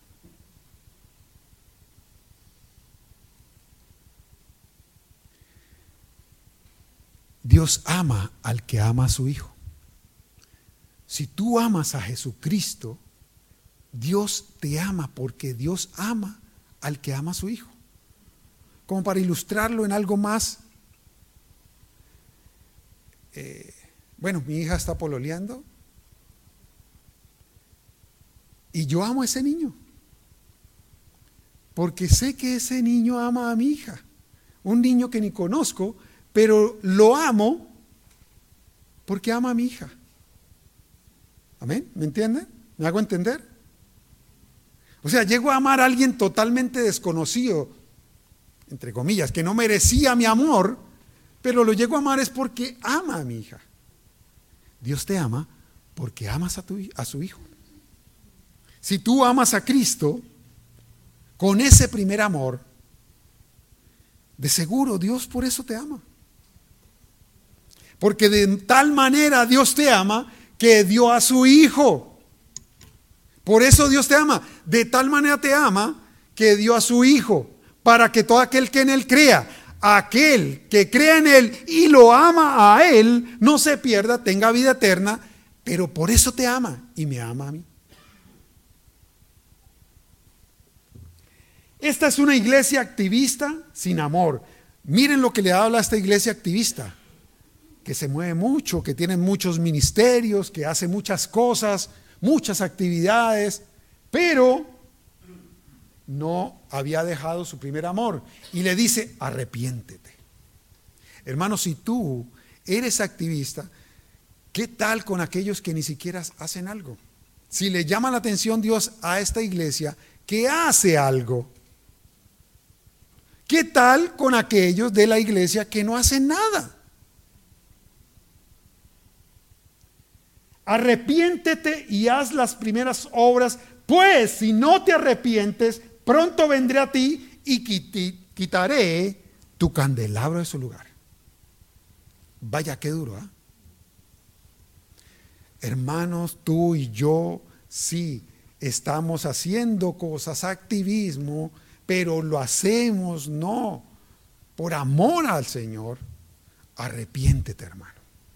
Dios ama al que ama a su Hijo. Si tú amas a Jesucristo, Dios te ama porque Dios ama al que ama a su Hijo. Como para ilustrarlo en algo más Bueno, mi hija está pololeando y yo amo a ese niño, porque sé que ese niño ama a mi hija, un niño que ni conozco, pero lo amo porque ama a mi hija. ¿Amén? ¿Me entienden? ¿Me hago entender? O sea, llego a amar a alguien totalmente desconocido, entre comillas, que no merecía mi amor, pero lo llego a amar es porque ama a mi hija. Dios te ama porque amas a su hijo. Si tú amas a Cristo con ese primer amor, de seguro Dios por eso te ama. Porque de tal manera Dios te ama que dio a su hijo. Por eso Dios te ama. De tal manera te ama que dio a su hijo, para que todo aquel que en él crea, aquel que crea en él y lo ama a él, no se pierda, tenga vida eterna. Pero por eso te ama y me ama a mí. Esta es una iglesia activista sin amor. Miren lo que le habla a esta iglesia activista, que se mueve mucho, que tiene muchos ministerios, que hace muchas cosas, muchas actividades, pero no había dejado su primer amor. Y le dice, arrepiéntete. Hermano, si tú eres activista, ¿qué tal con aquellos que ni siquiera hacen algo? Si le llama la atención Dios a esta iglesia que hace algo, ¿qué tal con aquellos de la iglesia que no hacen nada? Arrepiéntete y haz las primeras obras, pues si no te arrepientes, pronto vendré a ti y quitaré tu candelabro de su lugar. Vaya, qué duro, ¿eh? Hermanos, tú y yo sí estamos haciendo cosas, activismo, pero lo hacemos no por amor al Señor. Arrepiéntete, hermano.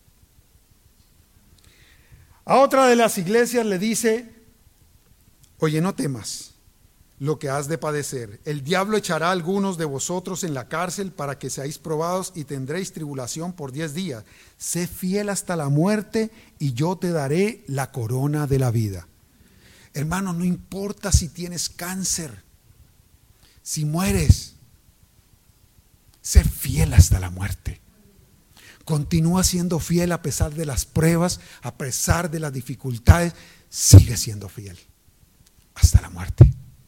A otra de las iglesias le dice, oye, no temas lo que has de padecer. El diablo echará a algunos de vosotros en la cárcel para que seáis probados y tendréis tribulación por 10 días. Sé fiel hasta la muerte y yo te daré la corona de la vida. Hermano, no importa si tienes cáncer, si mueres, sé fiel hasta la muerte. Continúa siendo fiel a pesar de las pruebas, a pesar de las dificultades. Sigue siendo fiel hasta la muerte.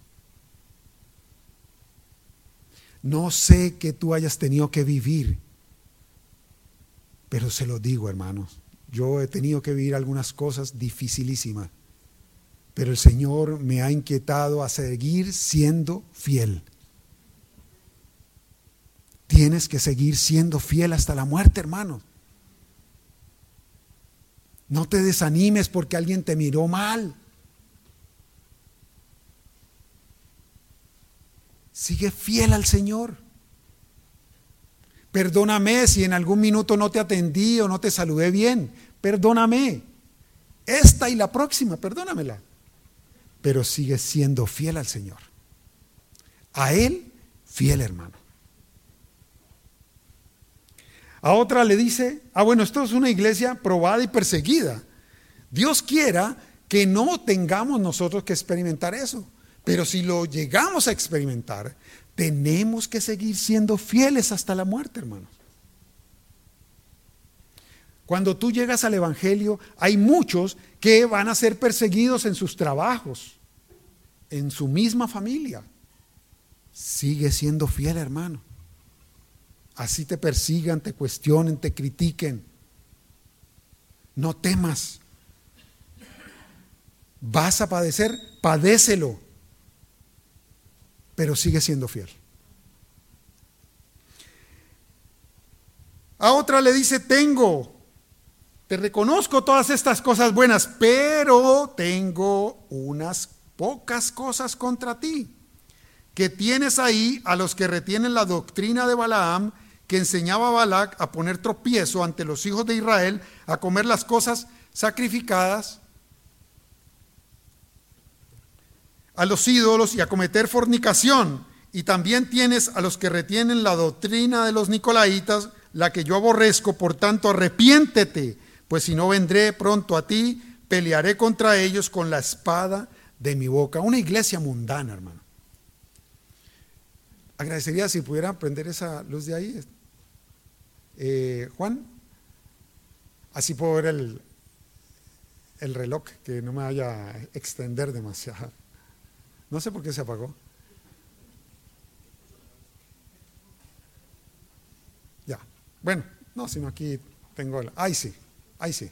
No sé que tú hayas tenido que vivir, pero se lo digo, hermanos, yo he tenido que vivir algunas cosas dificilísimas, pero el Señor me ha inquietado a seguir siendo fiel. Tienes que seguir siendo fiel hasta la muerte, hermano. No te desanimes porque alguien te miró mal. Sigue fiel al Señor. Perdóname si en algún minuto no te atendí o no te saludé bien. Perdóname. Esta y la próxima, perdónamela. Pero sigue siendo fiel al Señor. A Él, fiel, hermano. A otra le dice, bueno, esto es una iglesia probada y perseguida. Dios quiera que no tengamos nosotros que experimentar eso. Pero si lo llegamos a experimentar, tenemos que seguir siendo fieles hasta la muerte, hermanos. Cuando tú llegas al Evangelio, hay muchos que van a ser perseguidos en sus trabajos, en su misma familia. Sigue siendo fiel, hermano. Así te persigan, te cuestionen, te critiquen. No temas. Vas a padecer, padécelo. Pero sigue siendo fiel. A otra le dice, te reconozco todas estas cosas buenas, pero tengo unas pocas cosas contra ti, que tienes ahí a los que retienen la doctrina de Balaam, que enseñaba a Balac a poner tropiezo ante los hijos de Israel, a comer las cosas sacrificadas a los ídolos y a cometer fornicación. Y también tienes a los que retienen la doctrina de los nicolaitas, la que yo aborrezco. Por tanto, arrepiéntete, pues si no vendré pronto a ti, pelearé contra ellos con la espada de mi boca. Una iglesia mundana, hermano. Agradecería si pudiera prender esa luz de ahí. Juan, así puedo ver el reloj, que no me vaya a extender demasiado. No sé por qué se apagó. Ya, bueno, no, sino aquí tengo ahí sí, ahí sí.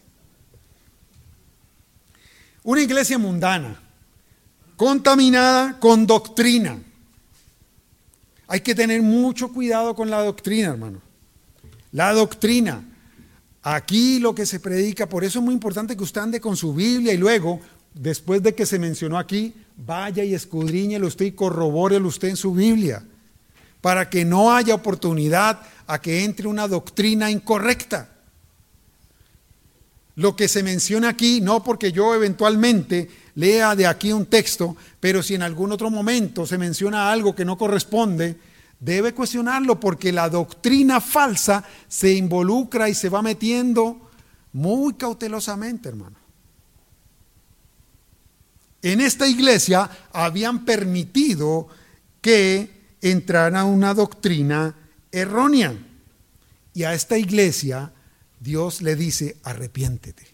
Una iglesia mundana, contaminada con doctrina. Hay que tener mucho cuidado con la doctrina, hermano. La doctrina. Aquí lo que se predica, por eso es muy importante que usted ande con su Biblia y luego, después de que se mencionó aquí, vaya y escudriñelo usted y corrobórelo usted en su Biblia, para que no haya oportunidad a que entre una doctrina incorrecta. Lo que se menciona aquí, no porque yo eventualmente lea de aquí un texto, pero si en algún otro momento se menciona algo que no corresponde, debe cuestionarlo, porque la doctrina falsa se involucra y se va metiendo muy cautelosamente, hermano. En esta iglesia habían permitido que entrara una doctrina errónea, y a esta iglesia Dios le dice: arrepiéntete.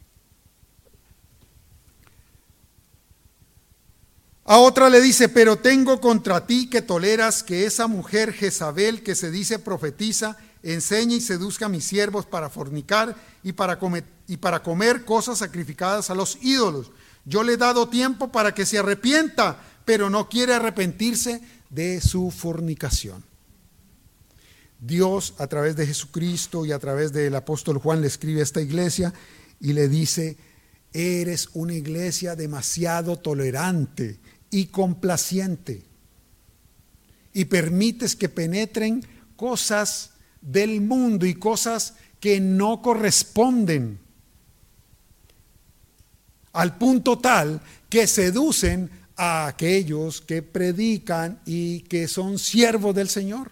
A otra le dice: pero tengo contra ti que toleras que esa mujer Jezabel, que se dice profetiza, enseñe y seduzca a mis siervos para fornicar y para comer cosas sacrificadas a los ídolos. Yo le he dado tiempo para que se arrepienta, pero no quiere arrepentirse de su fornicación. Dios, a través de Jesucristo y a través del apóstol Juan, le escribe a esta iglesia y le dice: eres una iglesia demasiado tolerante y complaciente, y permites que penetren cosas del mundo y cosas que no corresponden, al punto tal que seducen a aquellos que predican y que son siervos del Señor.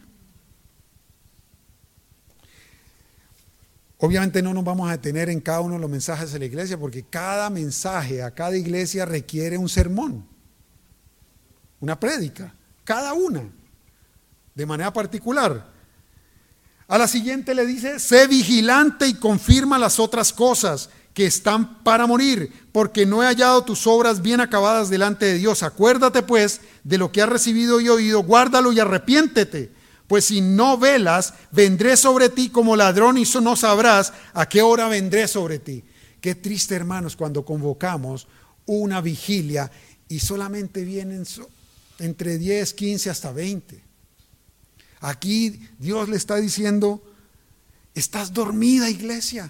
Obviamente no nos vamos a detener en cada uno de los mensajes de la iglesia, porque cada mensaje a cada iglesia requiere un sermón, una prédica, cada una, de manera particular. A la siguiente le dice: sé vigilante y confirma las otras cosas que están para morir, porque no he hallado tus obras bien acabadas delante de Dios. Acuérdate pues de lo que has recibido y oído, guárdalo y arrepiéntete. Pues si no velas, vendré sobre ti como ladrón y no sabrás a qué hora vendré sobre ti. Qué triste, hermanos, cuando convocamos una vigilia y solamente vienen entre 10, 15 hasta 20. Aquí Dios le está diciendo: estás dormida, iglesia.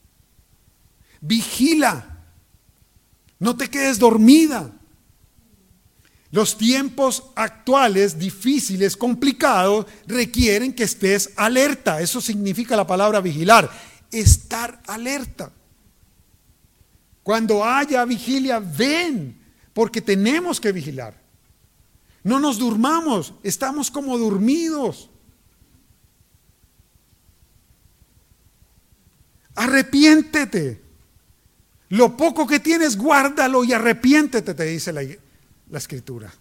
Vigila. No te quedes dormida. Los tiempos actuales, difíciles, complicados, requieren que estés alerta. Eso significa la palabra vigilar, estar alerta. Cuando haya vigilia, ven, porque tenemos que vigilar. No nos durmamos, estamos como dormidos. Arrepiéntete. Lo poco que tienes, guárdalo y arrepiéntete, te dice la escritura.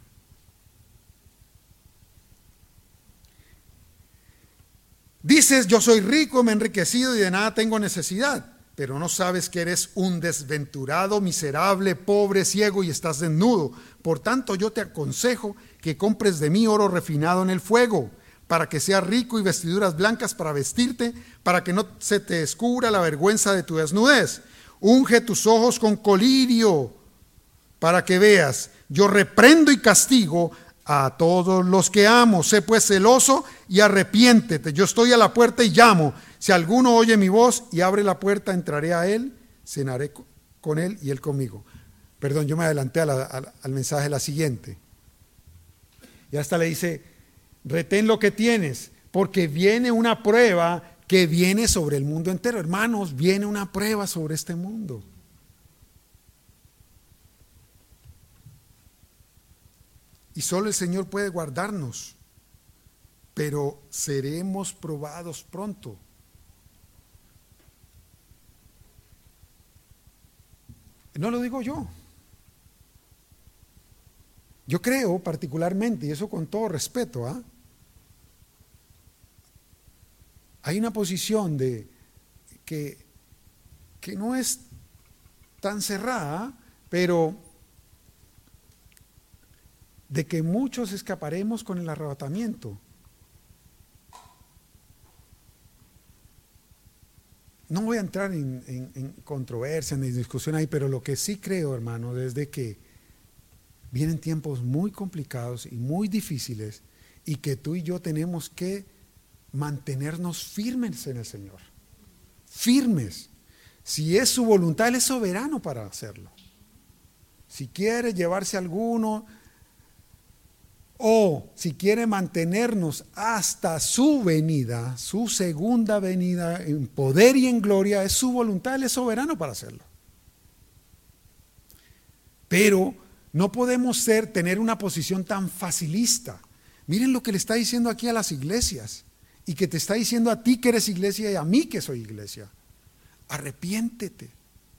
Dices: yo soy rico, me he enriquecido y de nada tengo necesidad, pero no sabes que eres un desventurado, miserable, pobre, ciego y estás desnudo. Por tanto, yo te aconsejo que compres de mí oro refinado en el fuego, para que seas rico, y vestiduras blancas para vestirte, para que no se te descubra la vergüenza de tu desnudez. Unge tus ojos con colirio para que veas. Yo reprendo y castigo a todos los que amo. Sé pues celoso y arrepiéntete. Yo estoy a la puerta y llamo. Si alguno oye mi voz y abre la puerta, entraré a él, cenaré con él y él conmigo. Perdón, yo me adelanté al mensaje la siguiente. Y hasta le dice: retén lo que tienes, porque viene una prueba que viene sobre el mundo entero. Hermanos, viene una prueba sobre este mundo. Y solo el Señor puede guardarnos, pero seremos probados pronto. No lo digo yo. Yo creo particularmente, y eso con todo respeto, hay una posición de que no es tan cerrada, pero de que muchos escaparemos con el arrebatamiento. No voy a entrar en controversia, en discusión ahí, pero lo que sí creo, hermano, es de que vienen tiempos muy complicados y muy difíciles y que tú y yo tenemos que mantenernos firmes en el Señor. Firmes. Si es su voluntad, Él es soberano para hacerlo. Si quiere llevarse a alguno, o si quiere mantenernos hasta su venida, su segunda venida en poder y en gloria, es su voluntad, Él es soberano para hacerlo. Pero no podemos tener una posición tan facilista. Miren lo que le está diciendo aquí a las iglesias y que te está diciendo a ti que eres iglesia y a mí que soy iglesia. Arrepiéntete.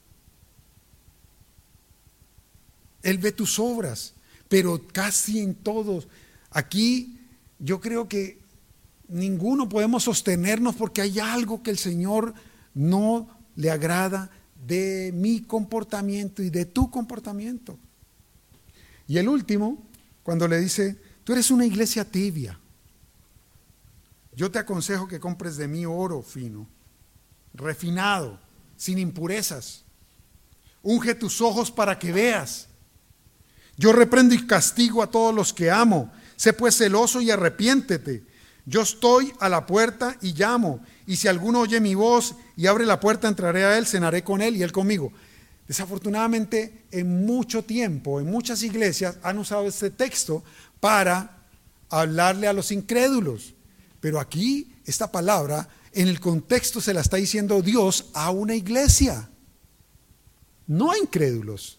Él ve tus obras, pero casi en todos. Aquí yo creo que ninguno podemos sostenernos porque hay algo que el Señor no le agrada de mi comportamiento y de tu comportamiento. Y el último, cuando le dice, tú eres una iglesia tibia. Yo te aconsejo que compres de mí oro fino, refinado, sin impurezas. Unge tus ojos para que veas. Yo reprendo y castigo a todos los que amo. Sé pues celoso y arrepiéntete. Yo estoy a la puerta y llamo. Y si alguno oye mi voz y abre la puerta, entraré a él, cenaré con él y él conmigo. Desafortunadamente, en mucho tiempo, en muchas iglesias han usado este texto para hablarle a los incrédulos. Pero aquí, esta palabra, en el contexto se la está diciendo Dios a una iglesia, no a incrédulos.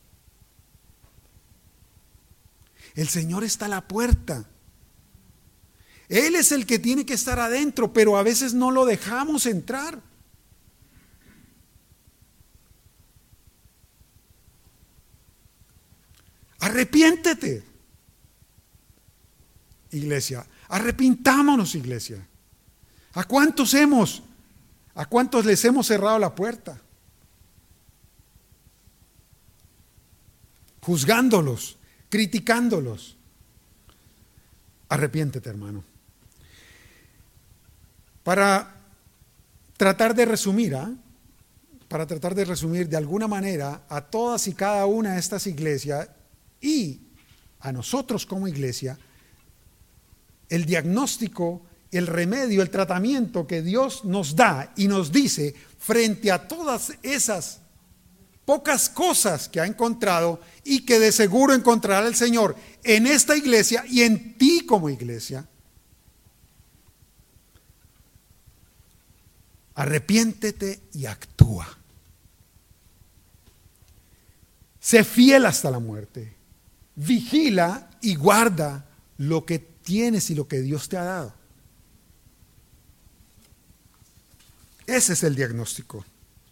El Señor está a la puerta. Él es el que tiene que estar adentro, pero a veces no lo dejamos entrar. Arrepiéntete, iglesia. Arrepintámonos, iglesia. ¿A cuántos les hemos cerrado la puerta? Juzgándolos, criticándolos. Arrepiéntete, hermano. Para tratar de resumir, de alguna manera a todas y cada una de estas iglesias y a nosotros como iglesia, el diagnóstico, el remedio, el tratamiento que Dios nos da y nos dice frente a todas esas pocas cosas que ha encontrado y que de seguro encontrará el Señor en esta iglesia y en ti como iglesia. Arrepiéntete y actúa. Sé fiel hasta la muerte. Vigila y guarda lo que tienes y lo que Dios te ha dado. Ese es el diagnóstico.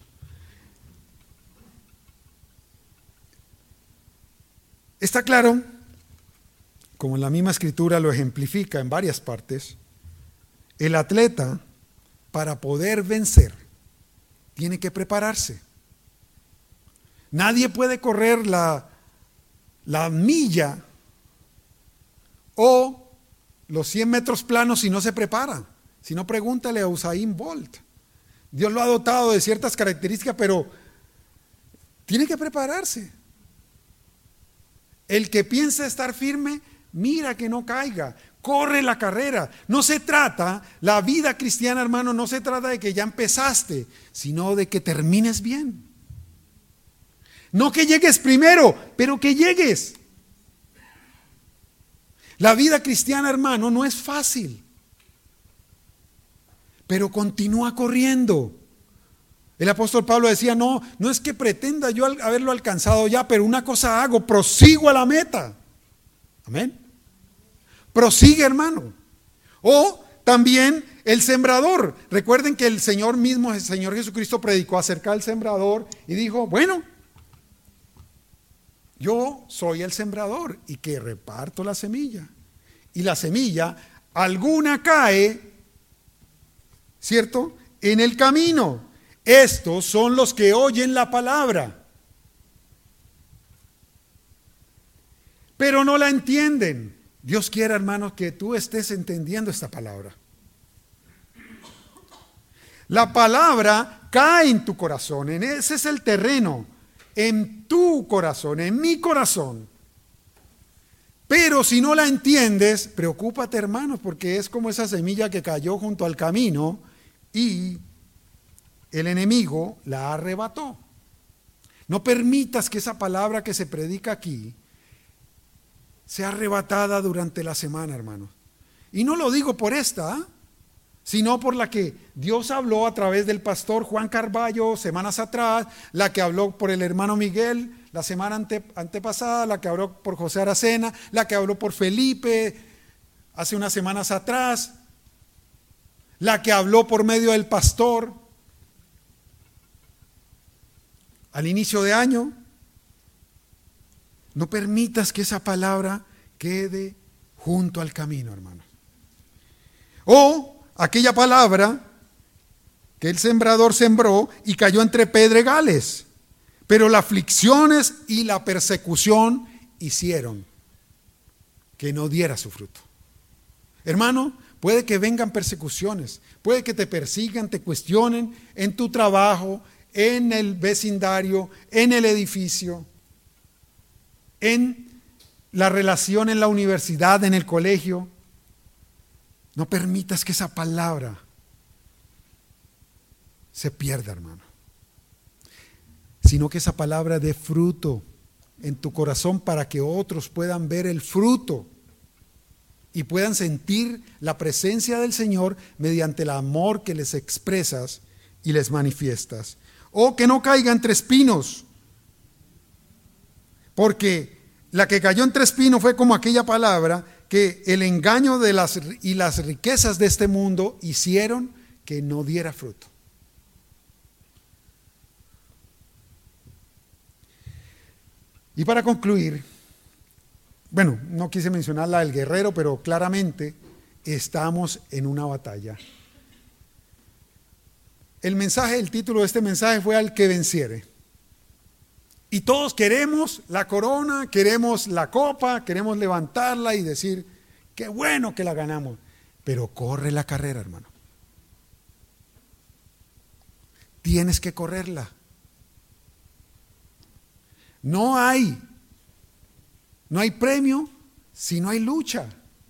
Está claro, como la misma escritura lo ejemplifica en varias partes, el atleta para poder vencer tiene que prepararse. Nadie puede correr la milla o los 100 metros planos si no se prepara. Si no, pregúntale a Usain Bolt. Dios lo ha dotado de ciertas características, pero tiene que prepararse. El que piensa estar firme, mira que no caiga, corre la carrera. No se trata, la vida cristiana, hermano, no se trata de que ya empezaste, sino de que termines bien. No que llegues primero, pero que llegues. La vida cristiana, hermano, no es fácil, pero continúa corriendo. El apóstol Pablo decía, no es que pretenda yo haberlo alcanzado ya, pero una cosa hago, prosigo a la meta. Amén. Prosigue, hermano. O también el sembrador. Recuerden que el Señor mismo, el Señor Jesucristo predicó acerca del sembrador y dijo, bueno, Yo soy el sembrador y que reparto la semilla. Y la semilla, alguna cae, ¿cierto?, en el camino. Estos son los que oyen la palabra, pero no la entienden. Dios quiere, hermanos, que tú estés entendiendo esta palabra. La palabra cae en tu corazón, ese es el terreno, en tu corazón, en mi corazón. Pero si no la entiendes, preocúpate, hermanos, porque es como esa semilla que cayó junto al camino y el enemigo la arrebató. No permitas que esa palabra que se predica aquí sea arrebatada durante la semana, hermanos. Y no lo digo por esta, sino por la que Dios habló a través del pastor Juan Carballo semanas atrás, la que habló por el hermano Miguel la semana antepasada, la que habló por José Aracena, la que habló por Felipe hace unas semanas atrás, la que habló por medio del pastor al inicio de año. No permitas que esa palabra quede junto al camino, hermano. O aquella palabra que el sembrador sembró y cayó entre pedregales, pero las aflicciones y la persecución hicieron que no diera su fruto. Hermano, puede que vengan persecuciones, puede que te persigan, te cuestionen en tu trabajo, en el vecindario, en el edificio, en la relación en la universidad, en el colegio. No permitas que esa palabra se pierda, hermano, sino que esa palabra dé fruto en tu corazón para que otros puedan ver el fruto y puedan sentir la presencia del Señor mediante el amor que les expresas y les manifiestas. O que no caiga entre espinos, porque la que cayó entre espinos fue como aquella palabra que el engaño de las riquezas de este mundo hicieron que no diera fruto. Y para concluir, bueno, no quise mencionar la del guerrero, pero claramente estamos en una batalla. El mensaje, el título de este mensaje fue al que venciere. Y todos queremos la corona, queremos la copa, queremos levantarla y decir, qué bueno que la ganamos. Pero corre la carrera, hermano. Tienes que correrla. No hay premio si no hay lucha.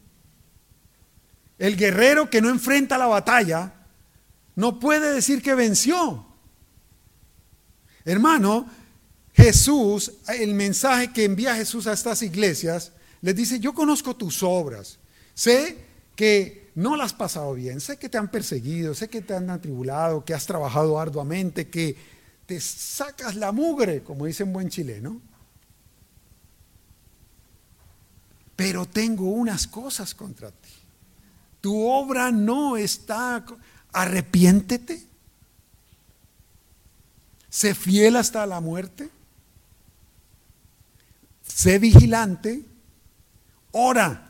El guerrero que no enfrenta la batalla no puede decir que venció. Hermano, Jesús, el mensaje que envía Jesús a estas iglesias, les dice, yo conozco tus obras, sé que no las has pasado bien, sé que te han perseguido, sé que te han atribulado, que has trabajado arduamente, que te sacas la mugre, como dice un buen chileno, pero tengo unas cosas contra ti. Tu obra no está, arrepiéntete, sé fiel hasta la muerte, sé vigilante, ora.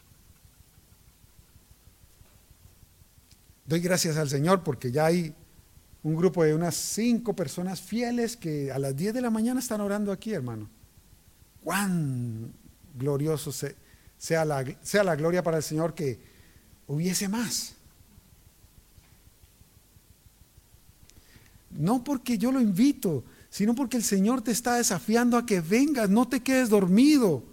Doy gracias al Señor porque ya hay un grupo de unas 5 personas fieles que a las 10 de la mañana están orando aquí, hermano. Cuán glorioso sea la gloria para el Señor que hubiese más. No porque yo lo invito, sino porque el Señor te está desafiando a que vengas, no te quedes dormido.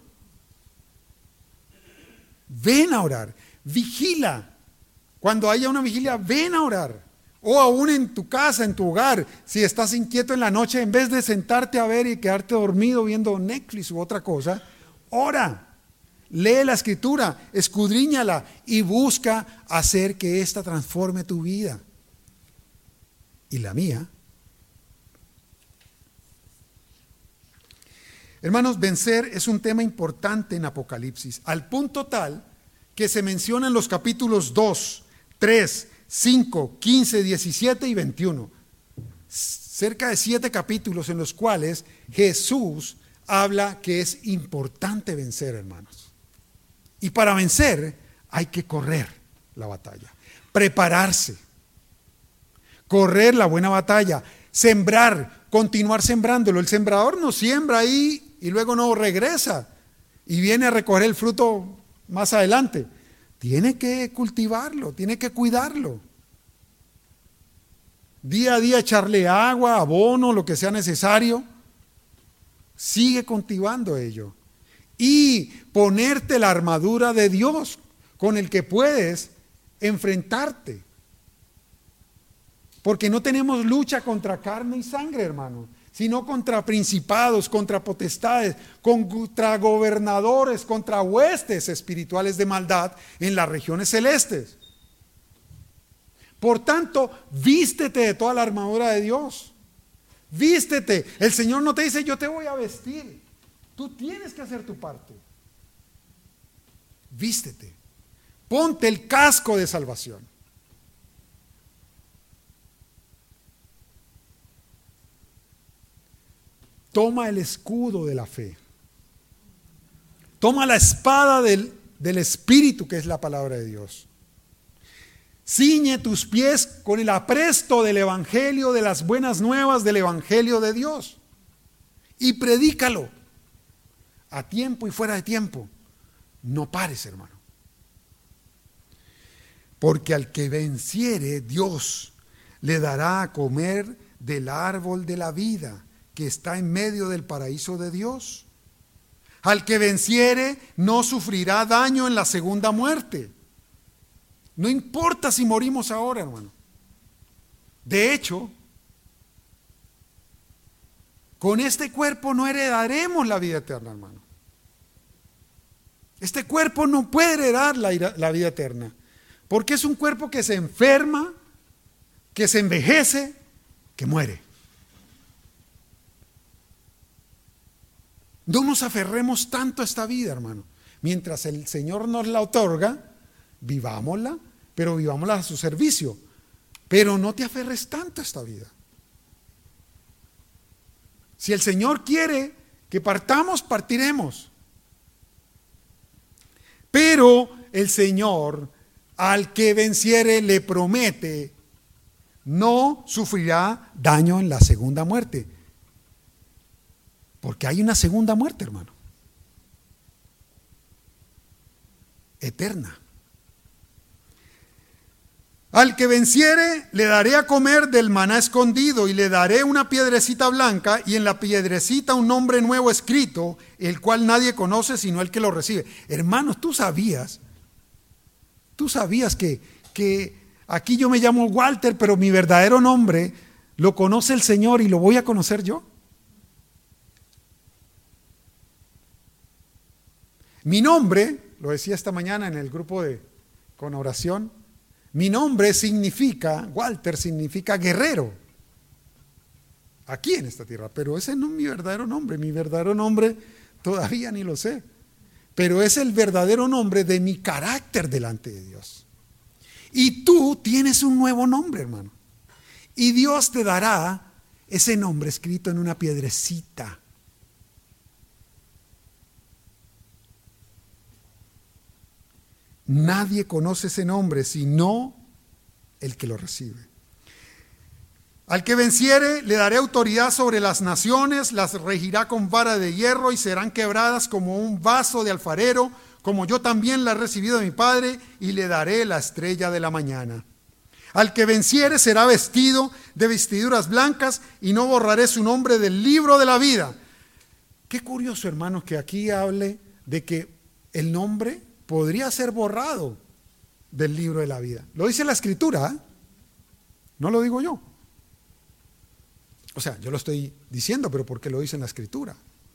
Ven a orar, vigila. Cuando haya una vigilia, ven a orar. O aún en tu casa, en tu hogar, si estás inquieto en la noche, en vez de sentarte a ver y quedarte dormido viendo Netflix u otra cosa, ora. Lee la Escritura, escudriñala y busca hacer que ésta transforme tu vida y la mía. Hermanos, vencer es un tema importante en Apocalipsis, al punto tal que se menciona en los capítulos 2, 3, 5, 15, 17 y 21. Cerca de 7 capítulos en los cuales Jesús habla que es importante vencer, hermanos. Y para vencer hay que correr la batalla, prepararse, correr la buena batalla, sembrar, continuar sembrándolo. El sembrador no siembra ahí y luego no regresa y viene a recoger el fruto más adelante. Tiene que cultivarlo, tiene que cuidarlo. Día a día echarle agua, abono, lo que sea necesario. Sigue cultivando ello. Y ponerte la armadura de Dios con el que puedes enfrentarte. Porque no tenemos lucha contra carne y sangre, hermano, sino contra principados, contra potestades, contra gobernadores, contra huestes espirituales de maldad en las regiones celestes. Por tanto, vístete de toda la armadura de Dios. Vístete. El Señor no te dice, yo te voy a vestir. Tú tienes que hacer tu parte. Vístete. Ponte el casco de salvación. Toma el escudo de la fe. Toma la espada del Espíritu, que es la palabra de Dios. Ciñe tus pies con el apresto del Evangelio, de las buenas nuevas del Evangelio de Dios. Y predícalo. A tiempo y fuera de tiempo. No pares, hermano. Porque al que venciere, Dios le dará a comer del árbol de la vida que está en medio del paraíso de Dios. Al que venciere, no sufrirá daño en la segunda muerte. No importa si morimos ahora, hermano. De hecho, con este cuerpo no heredaremos la vida eterna, hermano. Este cuerpo no puede heredar la vida eterna, porque es un cuerpo que se enferma, que se envejece, que muere. No nos aferremos tanto a esta vida, hermano. Mientras el Señor nos la otorga, vivámosla, pero vivámosla a su servicio. Pero no te aferres tanto a esta vida. Si el Señor quiere que partamos, partiremos. Pero el Señor, al que venciere, le promete, no sufrirá daño en la segunda muerte. Porque hay una segunda muerte, hermano. Eterna. Al que venciere, le daré a comer del maná escondido y le daré una piedrecita blanca y en la piedrecita un nombre nuevo escrito, el cual nadie conoce sino el que lo recibe. Hermanos, tú sabías que aquí yo me llamo Walter, pero mi verdadero nombre lo conoce el Señor y lo voy a conocer yo. Mi nombre, lo decía esta mañana en el grupo con oración, mi nombre significa, Walter significa guerrero, aquí en esta tierra, pero ese no es mi verdadero nombre todavía ni lo sé, pero es el verdadero nombre de mi carácter delante de Dios. Y tú tienes un nuevo nombre, hermano, y Dios te dará ese nombre escrito en una piedrecita. Nadie conoce ese nombre sino el que lo recibe. Al que venciere le daré autoridad sobre las naciones, las regirá con vara de hierro y serán quebradas como un vaso de alfarero, como yo también la he recibido de mi Padre, y le daré la estrella de la mañana. Al que venciere será vestido de vestiduras blancas y no borraré su nombre del libro de la vida. Qué curioso, hermanos, que aquí hable de que el nombre podría ser borrado del libro de la vida. Lo dice la Escritura, ¿eh? No lo digo yo. O sea, yo lo estoy diciendo, pero ¿por qué lo dice en la Escritura?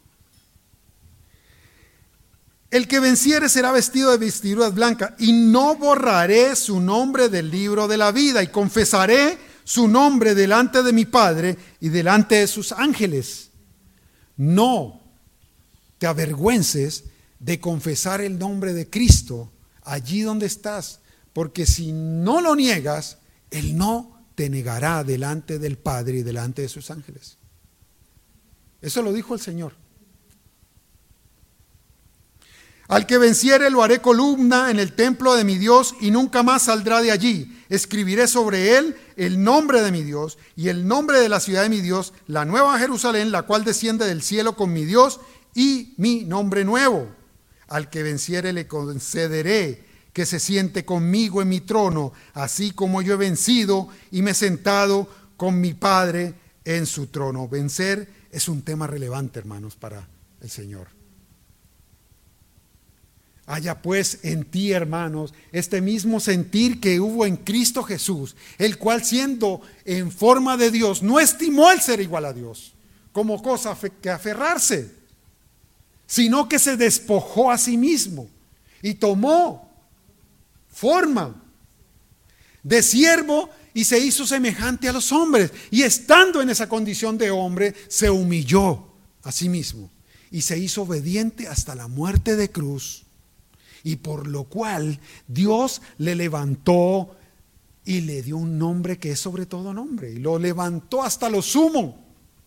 El que venciere será vestido de vestiduras blancas y no borraré su nombre del libro de la vida y confesaré su nombre delante de mi Padre y delante de sus ángeles. No te avergüences de confesar el nombre de Cristo allí donde estás, porque si no lo niegas, Él no te negará delante del Padre y delante de sus ángeles. Eso lo dijo el Señor. Al que venciere lo haré columna en el templo de mi Dios y nunca más saldrá de allí. Escribiré sobre él el nombre de mi Dios y el nombre de la ciudad de mi Dios, la nueva Jerusalén, la cual desciende del cielo con mi Dios y mi nombre nuevo. Al que venciere le concederé que se siente conmigo en mi trono, así como yo he vencido y me he sentado con mi Padre en su trono. Vencer es un tema relevante, hermanos, para el Señor. Haya pues en ti, hermanos, este mismo sentir que hubo en Cristo Jesús, el cual siendo en forma de Dios, no estimó el ser igual a Dios como cosa que aferrarse, sino que se despojó a sí mismo y tomó forma de siervo y se hizo semejante a los hombres. Y estando en esa condición de hombre, se humilló a sí mismo y se hizo obediente hasta la muerte de cruz. Y por lo cual Dios le levantó y le dio un nombre que es sobre todo nombre. Y lo levantó hasta lo sumo.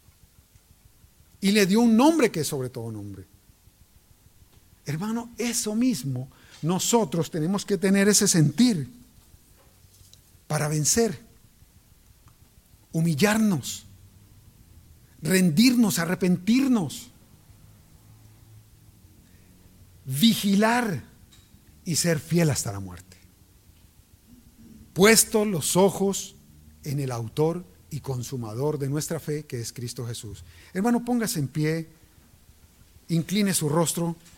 Y le dio un nombre que es sobre todo nombre. Hermano, eso mismo nosotros tenemos que tener ese sentir para vencer. Humillarnos. Rendirnos, arrepentirnos. Vigilar. Y ser fiel hasta la muerte. Puestos los ojos en el autor y consumador de nuestra fe, que es Cristo Jesús. Hermano, póngase en pie, incline su rostro.